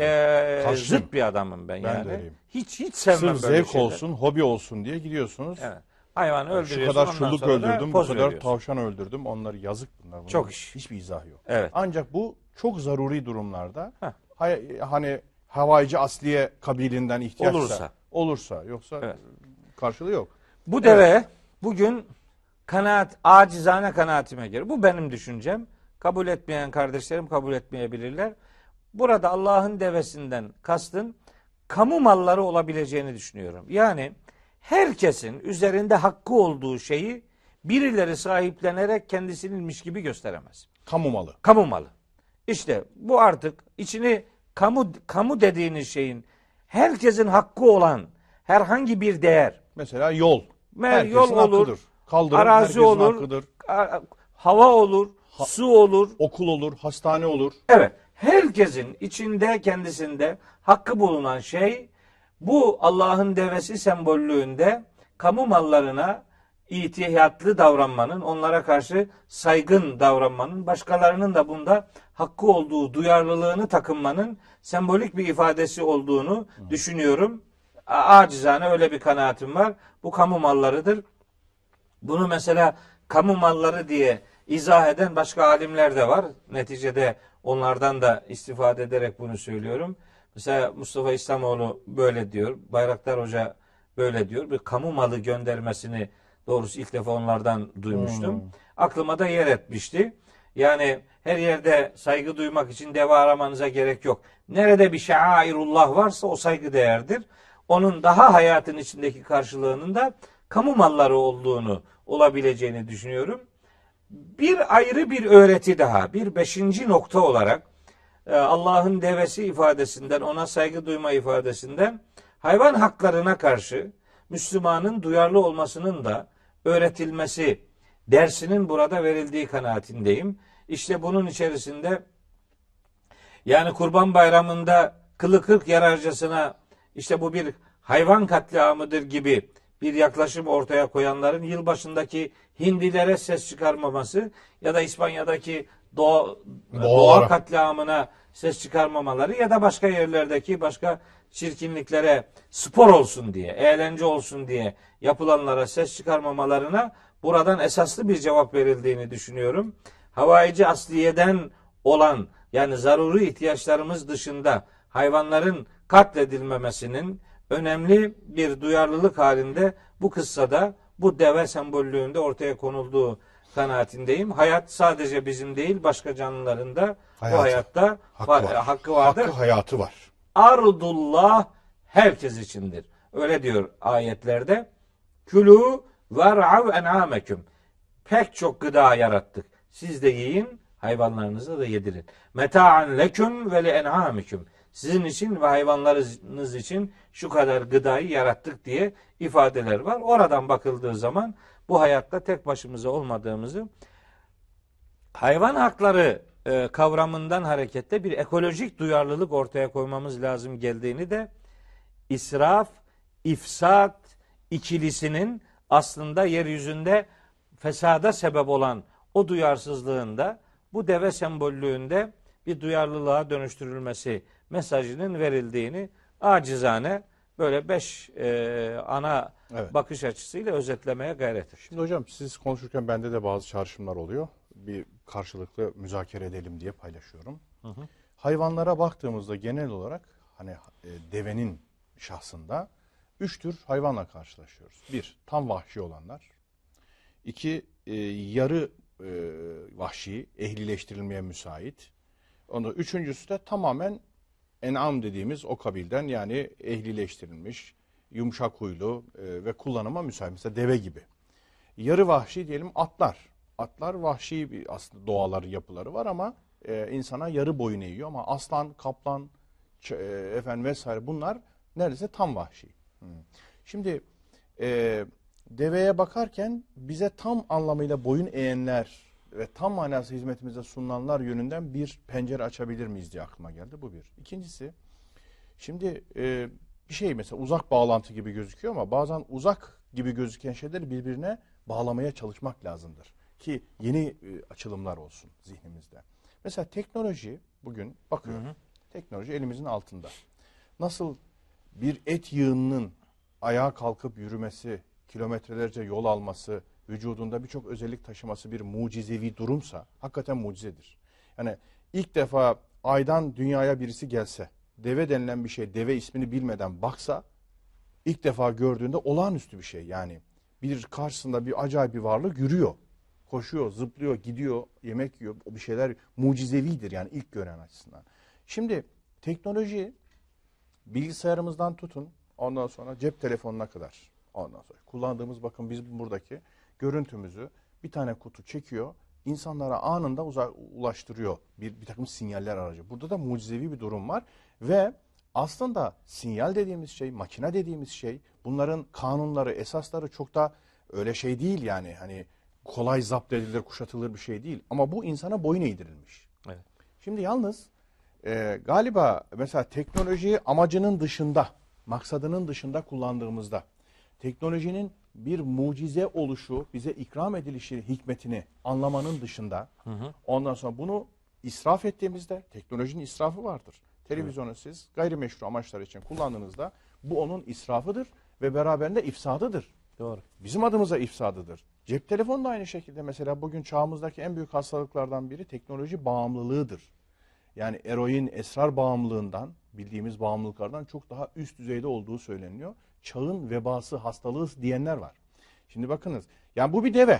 e, Karşıyım. zıt bir adamım ben, Ben de yani. öyleyim. Hiç hiç sevmem Sırf böyle zevk şeyler. olsun, hobi olsun diye gidiyorsunuz. Evet. Hayvanı Yani öldürüyorsun. şu kadar ondan çulluk sonra da öldürdüm, bu poz kadar veriyorsun. tavşan öldürdüm. Onlar yazık bunlar. Bunların Çok iş. Hiçbir izahı yok. Evet. Ancak bu çok zaruri durumlarda Heh. hay- hani havaycı asliye kabilinden ihtiyaçsa Olursa. olursa yoksa Evet. karşılığı yok. Bu deve bugün kanaat, acizane kanaatime göre. Bu benim düşüncem. Kabul etmeyen kardeşlerim kabul etmeyebilirler. Burada Allah'ın devesinden kastın kamu malları olabileceğini düşünüyorum. Yani herkesin üzerinde hakkı olduğu şeyi birileri sahiplenerek kendisininmiş gibi gösteremez. Kamu malı. Kamu malı. İşte bu artık içini kamu kamu dediğiniz şeyin herkesin hakkı olan herhangi bir değer. Mesela yol. Mer Herkesin yol olur, hakkıdır. Kaldırım arazi herkesin olur, hakkıdır. a- hava olur, su olur. Okul olur, hastane olur. Evet, herkesin içinde kendisinde hakkı bulunan şey bu Allah'ın devesi sembollüğünde kamu mallarına ihtiyatlı davranmanın, onlara karşı saygın davranmanın, başkalarının da bunda hakkı olduğu duyarlılığını takınmanın sembolik bir ifadesi olduğunu hmm. düşünüyorum. A- Acizane öyle bir kanaatim var. Bu kamu mallarıdır. Bunu mesela kamu malları diye izah eden başka alimler de var. Neticede onlardan da istifade ederek bunu söylüyorum. Mesela Mustafa İslamoğlu böyle diyor. Bayraktar Hoca böyle diyor. Bir kamu malı göndermesini doğrusu ilk defa onlardan duymuştum. Hmm. Aklıma da yer etmişti. Yani her yerde saygı duymak için deve aramanıza gerek yok. Nerede bir şairullah varsa o saygı değerdir. Onun daha hayatın içindeki karşılığının da kamu malları olduğunu, olabileceğini düşünüyorum. Bir ayrı bir öğreti daha, bir beşinci nokta olarak Allah'ın devesi ifadesinden, ona saygı duyma ifadesinden hayvan haklarına karşı Müslümanın duyarlı olmasının da öğretilmesi dersinin burada verildiği kanaatindeyim. İşte bunun içerisinde yani Kurban Bayramı'nda kılı kırk yararcasına işte bu bir hayvan katliamıdır gibi bir yaklaşım ortaya koyanların yılbaşındaki hindilere ses çıkarmaması ya da İspanya'daki doğa, doğa katliamına ses çıkarmamaları ya da başka yerlerdeki başka çirkinliklere spor olsun diye, eğlence olsun diye yapılanlara ses çıkarmamalarına buradan esaslı bir cevap verildiğini düşünüyorum. Havaici asliyeden olan yani zaruri ihtiyaçlarımız dışında hayvanların katledilmemesinin önemli bir duyarlılık halinde bu kıssada bu deve sembollüğünde ortaya konulduğu kanaatindeyim. Hayat sadece bizim değil başka canlıların da hayatı, bu hayatta hakkı, var, var. hakkı vardır. Hakkı hayatı var. Ardullah herkes içindir. Öyle diyor ayetlerde. Külü ver'av en'ameküm. Pek çok gıda yarattık. Siz de yiyin, hayvanlarınızı da yedirin. Meta'an leküm ve li en'ameküm. Sizin için ve hayvanlarınız için şu kadar gıdayı yarattık diye ifadeler var. Oradan bakıldığı zaman bu hayatta tek başımıza olmadığımızı, hayvan hakları e, kavramından hareketle bir ekolojik duyarlılık ortaya koymamız lazım geldiğini de israf, ifsat ikilisinin aslında yeryüzünde fesada sebep olan o duyarsızlığında bu deve sembollüğünde bir duyarlılığa dönüştürülmesi mesajının verildiğini acizane böyle beş e, ana evet. bakış açısıyla özetlemeye gayret ettim. Şimdi hocam siz konuşurken bende de bazı çağrışımlar oluyor. Bir karşılıklı müzakere edelim diye paylaşıyorum. Hı hı. Hayvanlara baktığımızda genel olarak hani e, devenin şahsında üç tür hayvanla karşılaşıyoruz. Bir, tam vahşi olanlar. İki, e, yarı e, vahşi, ehlileştirilmeye müsait. Onu, üçüncüsü de tamamen en'am dediğimiz o kabilden yani ehlileştirilmiş, yumuşak huylu e, ve kullanıma müsait. Mesela deve gibi. Yarı vahşi diyelim atlar. Atlar vahşi bir aslında doğaları, yapıları var ama e, insana yarı boyun eğiyor. Ama aslan, kaplan, ç- e, efendim vesaire bunlar neredeyse tam vahşi. Hmm. Şimdi e, deveye bakarken bize tam anlamıyla boyun eğenler ve tam manası hizmetimize sunulanlar yönünden bir pencere açabilir miyiz diye aklıma geldi. Bu bir. İkincisi, şimdi e, bir şey mesela uzak bağlantı gibi gözüküyor ama bazen uzak gibi gözüken şeyleri birbirine bağlamaya çalışmak lazımdır. Ki yeni e, açılımlar olsun zihnimizde. Mesela teknoloji bugün bakıyor. Hı hı. Teknoloji elimizin altında. Nasıl bir et yığınının ayağa kalkıp yürümesi, kilometrelerce yol alması, vücudunda birçok özellik taşıması bir mucizevi durumsa hakikaten mucizedir. Yani ilk defa aydan dünyaya birisi gelse, deve denilen bir şey, deve ismini bilmeden baksa, ilk defa gördüğünde olağanüstü bir şey. Yani bir karşısında bir acayip bir varlık yürüyor, koşuyor, zıplıyor, gidiyor, yemek yiyor, o bir şeyler mucizevidir yani ilk gören açısından. Şimdi teknoloji bilgisayarımızdan tutun, ondan sonra cep telefonuna kadar, ondan sonra kullandığımız bakın biz buradaki görüntümüzü bir tane kutu çekiyor, insanlara anında uza- ulaştırıyor bir, bir takım sinyaller aracı. Burada da mucizevi bir durum var ve aslında sinyal dediğimiz şey, makine dediğimiz şey, bunların kanunları, esasları çok da öyle şey değil yani hani kolay zapt edilir, kuşatılır bir şey değil. Ama bu insana boyun eğdirilmiş. Evet. Şimdi yalnız e, galiba mesela teknolojiyi amacının dışında, maksadının dışında kullandığımızda, teknolojinin bir mucize oluşu, bize ikram edilişi, hikmetini anlamanın dışında, hı hı. ondan sonra bunu israf ettiğimizde, teknolojinin israfı vardır. Televizyonu evet. siz gayrimeşru amaçlar için kullandığınızda bu onun israfıdır ve beraberinde ifsadıdır. Doğru. Bizim adımıza ifsadıdır. Cep telefonu da aynı şekilde mesela bugün çağımızdaki en büyük hastalıklardan biri teknoloji bağımlılığıdır. Yani eroin, esrar bağımlılığından, bildiğimiz bağımlılıklardan çok daha üst düzeyde olduğu söyleniyor. Çağın vebası, hastalığı diyenler var. Şimdi bakınız, yani bu bir deve.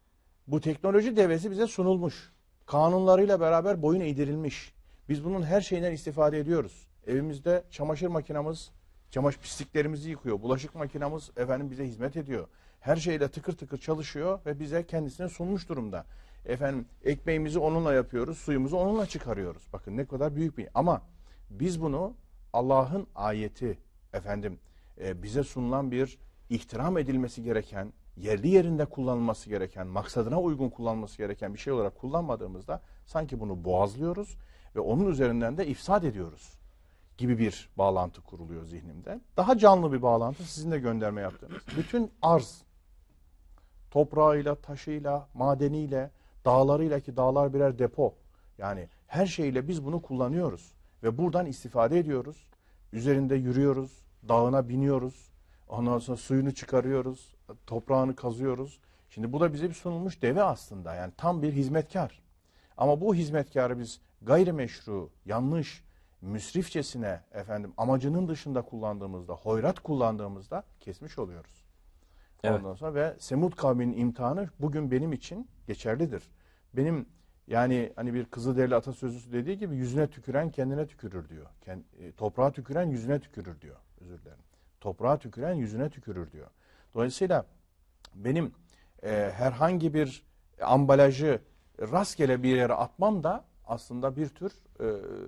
Bu teknoloji devesi bize sunulmuş. Kanunlarıyla beraber boyun eğdirilmiş. Biz bunun her şeyinden istifade ediyoruz. Evimizde çamaşır makinamız, çamaşır pisliklerimizi yıkıyor. Bulaşık makinamız efendim bize hizmet ediyor. Her şeyle tıkır tıkır çalışıyor ve bize kendisine sunmuş durumda. Efendim ekmeğimizi onunla yapıyoruz, suyumuzu onunla çıkarıyoruz. Bakın ne kadar büyük bir. Ama biz bunu Allah'ın ayeti, efendim e, bize sunulan bir ihtiram edilmesi gereken, yerli yerinde kullanılması gereken, maksadına uygun kullanılması gereken bir şey olarak kullanmadığımızda sanki bunu boğazlıyoruz ve onun üzerinden de ifsad ediyoruz gibi bir bağlantı kuruluyor zihnimde. Daha canlı bir bağlantı sizin de gönderme yaptığınız. Bütün arz, toprağıyla, taşıyla, madeniyle, dağlarıyla ki dağlar birer depo. Yani her şeyle biz bunu kullanıyoruz ve buradan istifade ediyoruz. Üzerinde yürüyoruz, dağına biniyoruz. Ondan sonra suyunu çıkarıyoruz, toprağını kazıyoruz. Şimdi bu da bize bir sunulmuş deve aslında. Yani tam bir hizmetkar. Ama bu hizmetkarı biz gayrimeşru, yanlış, müsrifçesine efendim amacının dışında kullandığımızda, hoyrat kullandığımızda kesmiş oluyoruz. Evet. Ondan sonra ve Semud kavminin imtihanı bugün benim için geçerlidir. Benim yani hani bir Kızılderili atasözü dediği gibi yüzüne tüküren kendine tükürür diyor. Kend, e, toprağa tüküren yüzüne tükürür diyor. Özür dilerim. Toprağa tüküren yüzüne tükürür diyor. Dolayısıyla benim e, herhangi bir ambalajı rastgele bir yere atmam da aslında bir tür e,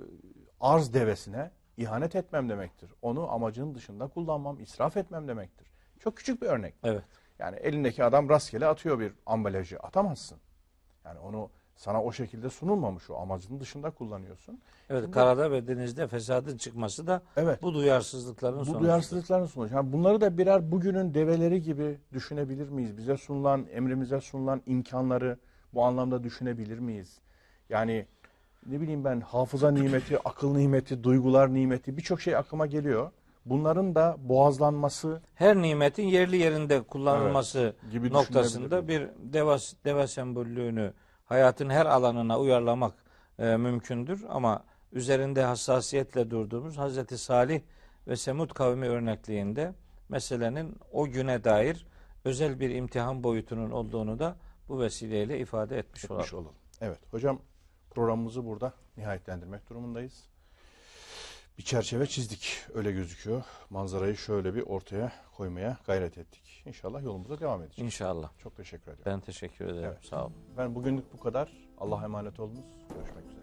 arz devesine ihanet etmem demektir. Onu amacının dışında kullanmam, israf etmem demektir. Çok küçük bir örnek. Evet. Yani elindeki adam rastgele atıyor bir ambalajı. Atamazsın. Yani onu sana o şekilde sunulmamış, o amacının dışında kullanıyorsun. Evet, Şimdi, karada ve denizde fesadın çıkması da evet, bu duyarsızlıkların sonucu. Bu duyarsızlıkların sonucu. Yani bunları da birer bugünün develeri gibi düşünebilir miyiz? Bize sunulan, emrimize sunulan imkanları bu anlamda düşünebilir miyiz? Yani ne bileyim ben hafıza nimeti, akıl nimeti, duygular nimeti birçok şey aklıma geliyor. Bunların da boğazlanması, her nimetin yerli yerinde kullanılması evet, gibi noktasında bir deva, deva sembollüğünü hayatın her alanına uyarlamak e, mümkündür. Ama üzerinde hassasiyetle durduğumuz Hazreti Salih ve Semud kavmi örnekliğinde meselenin o güne dair özel bir imtihan boyutunun olduğunu da bu vesileyle ifade etmiş, etmiş olalım. olalım. Evet hocam, programımızı burada nihayetlendirmek durumundayız. Bir çerçeve çizdik, öyle gözüküyor. Manzarayı şöyle bir ortaya koymaya gayret ettik. İnşallah yolumuza devam edeceğiz. İnşallah. Çok teşekkür ederim. Ben teşekkür ederim. Evet. Sağ olun. Ben bugünlük bu kadar. Allah'a emanet olunuz. Görüşmek üzere.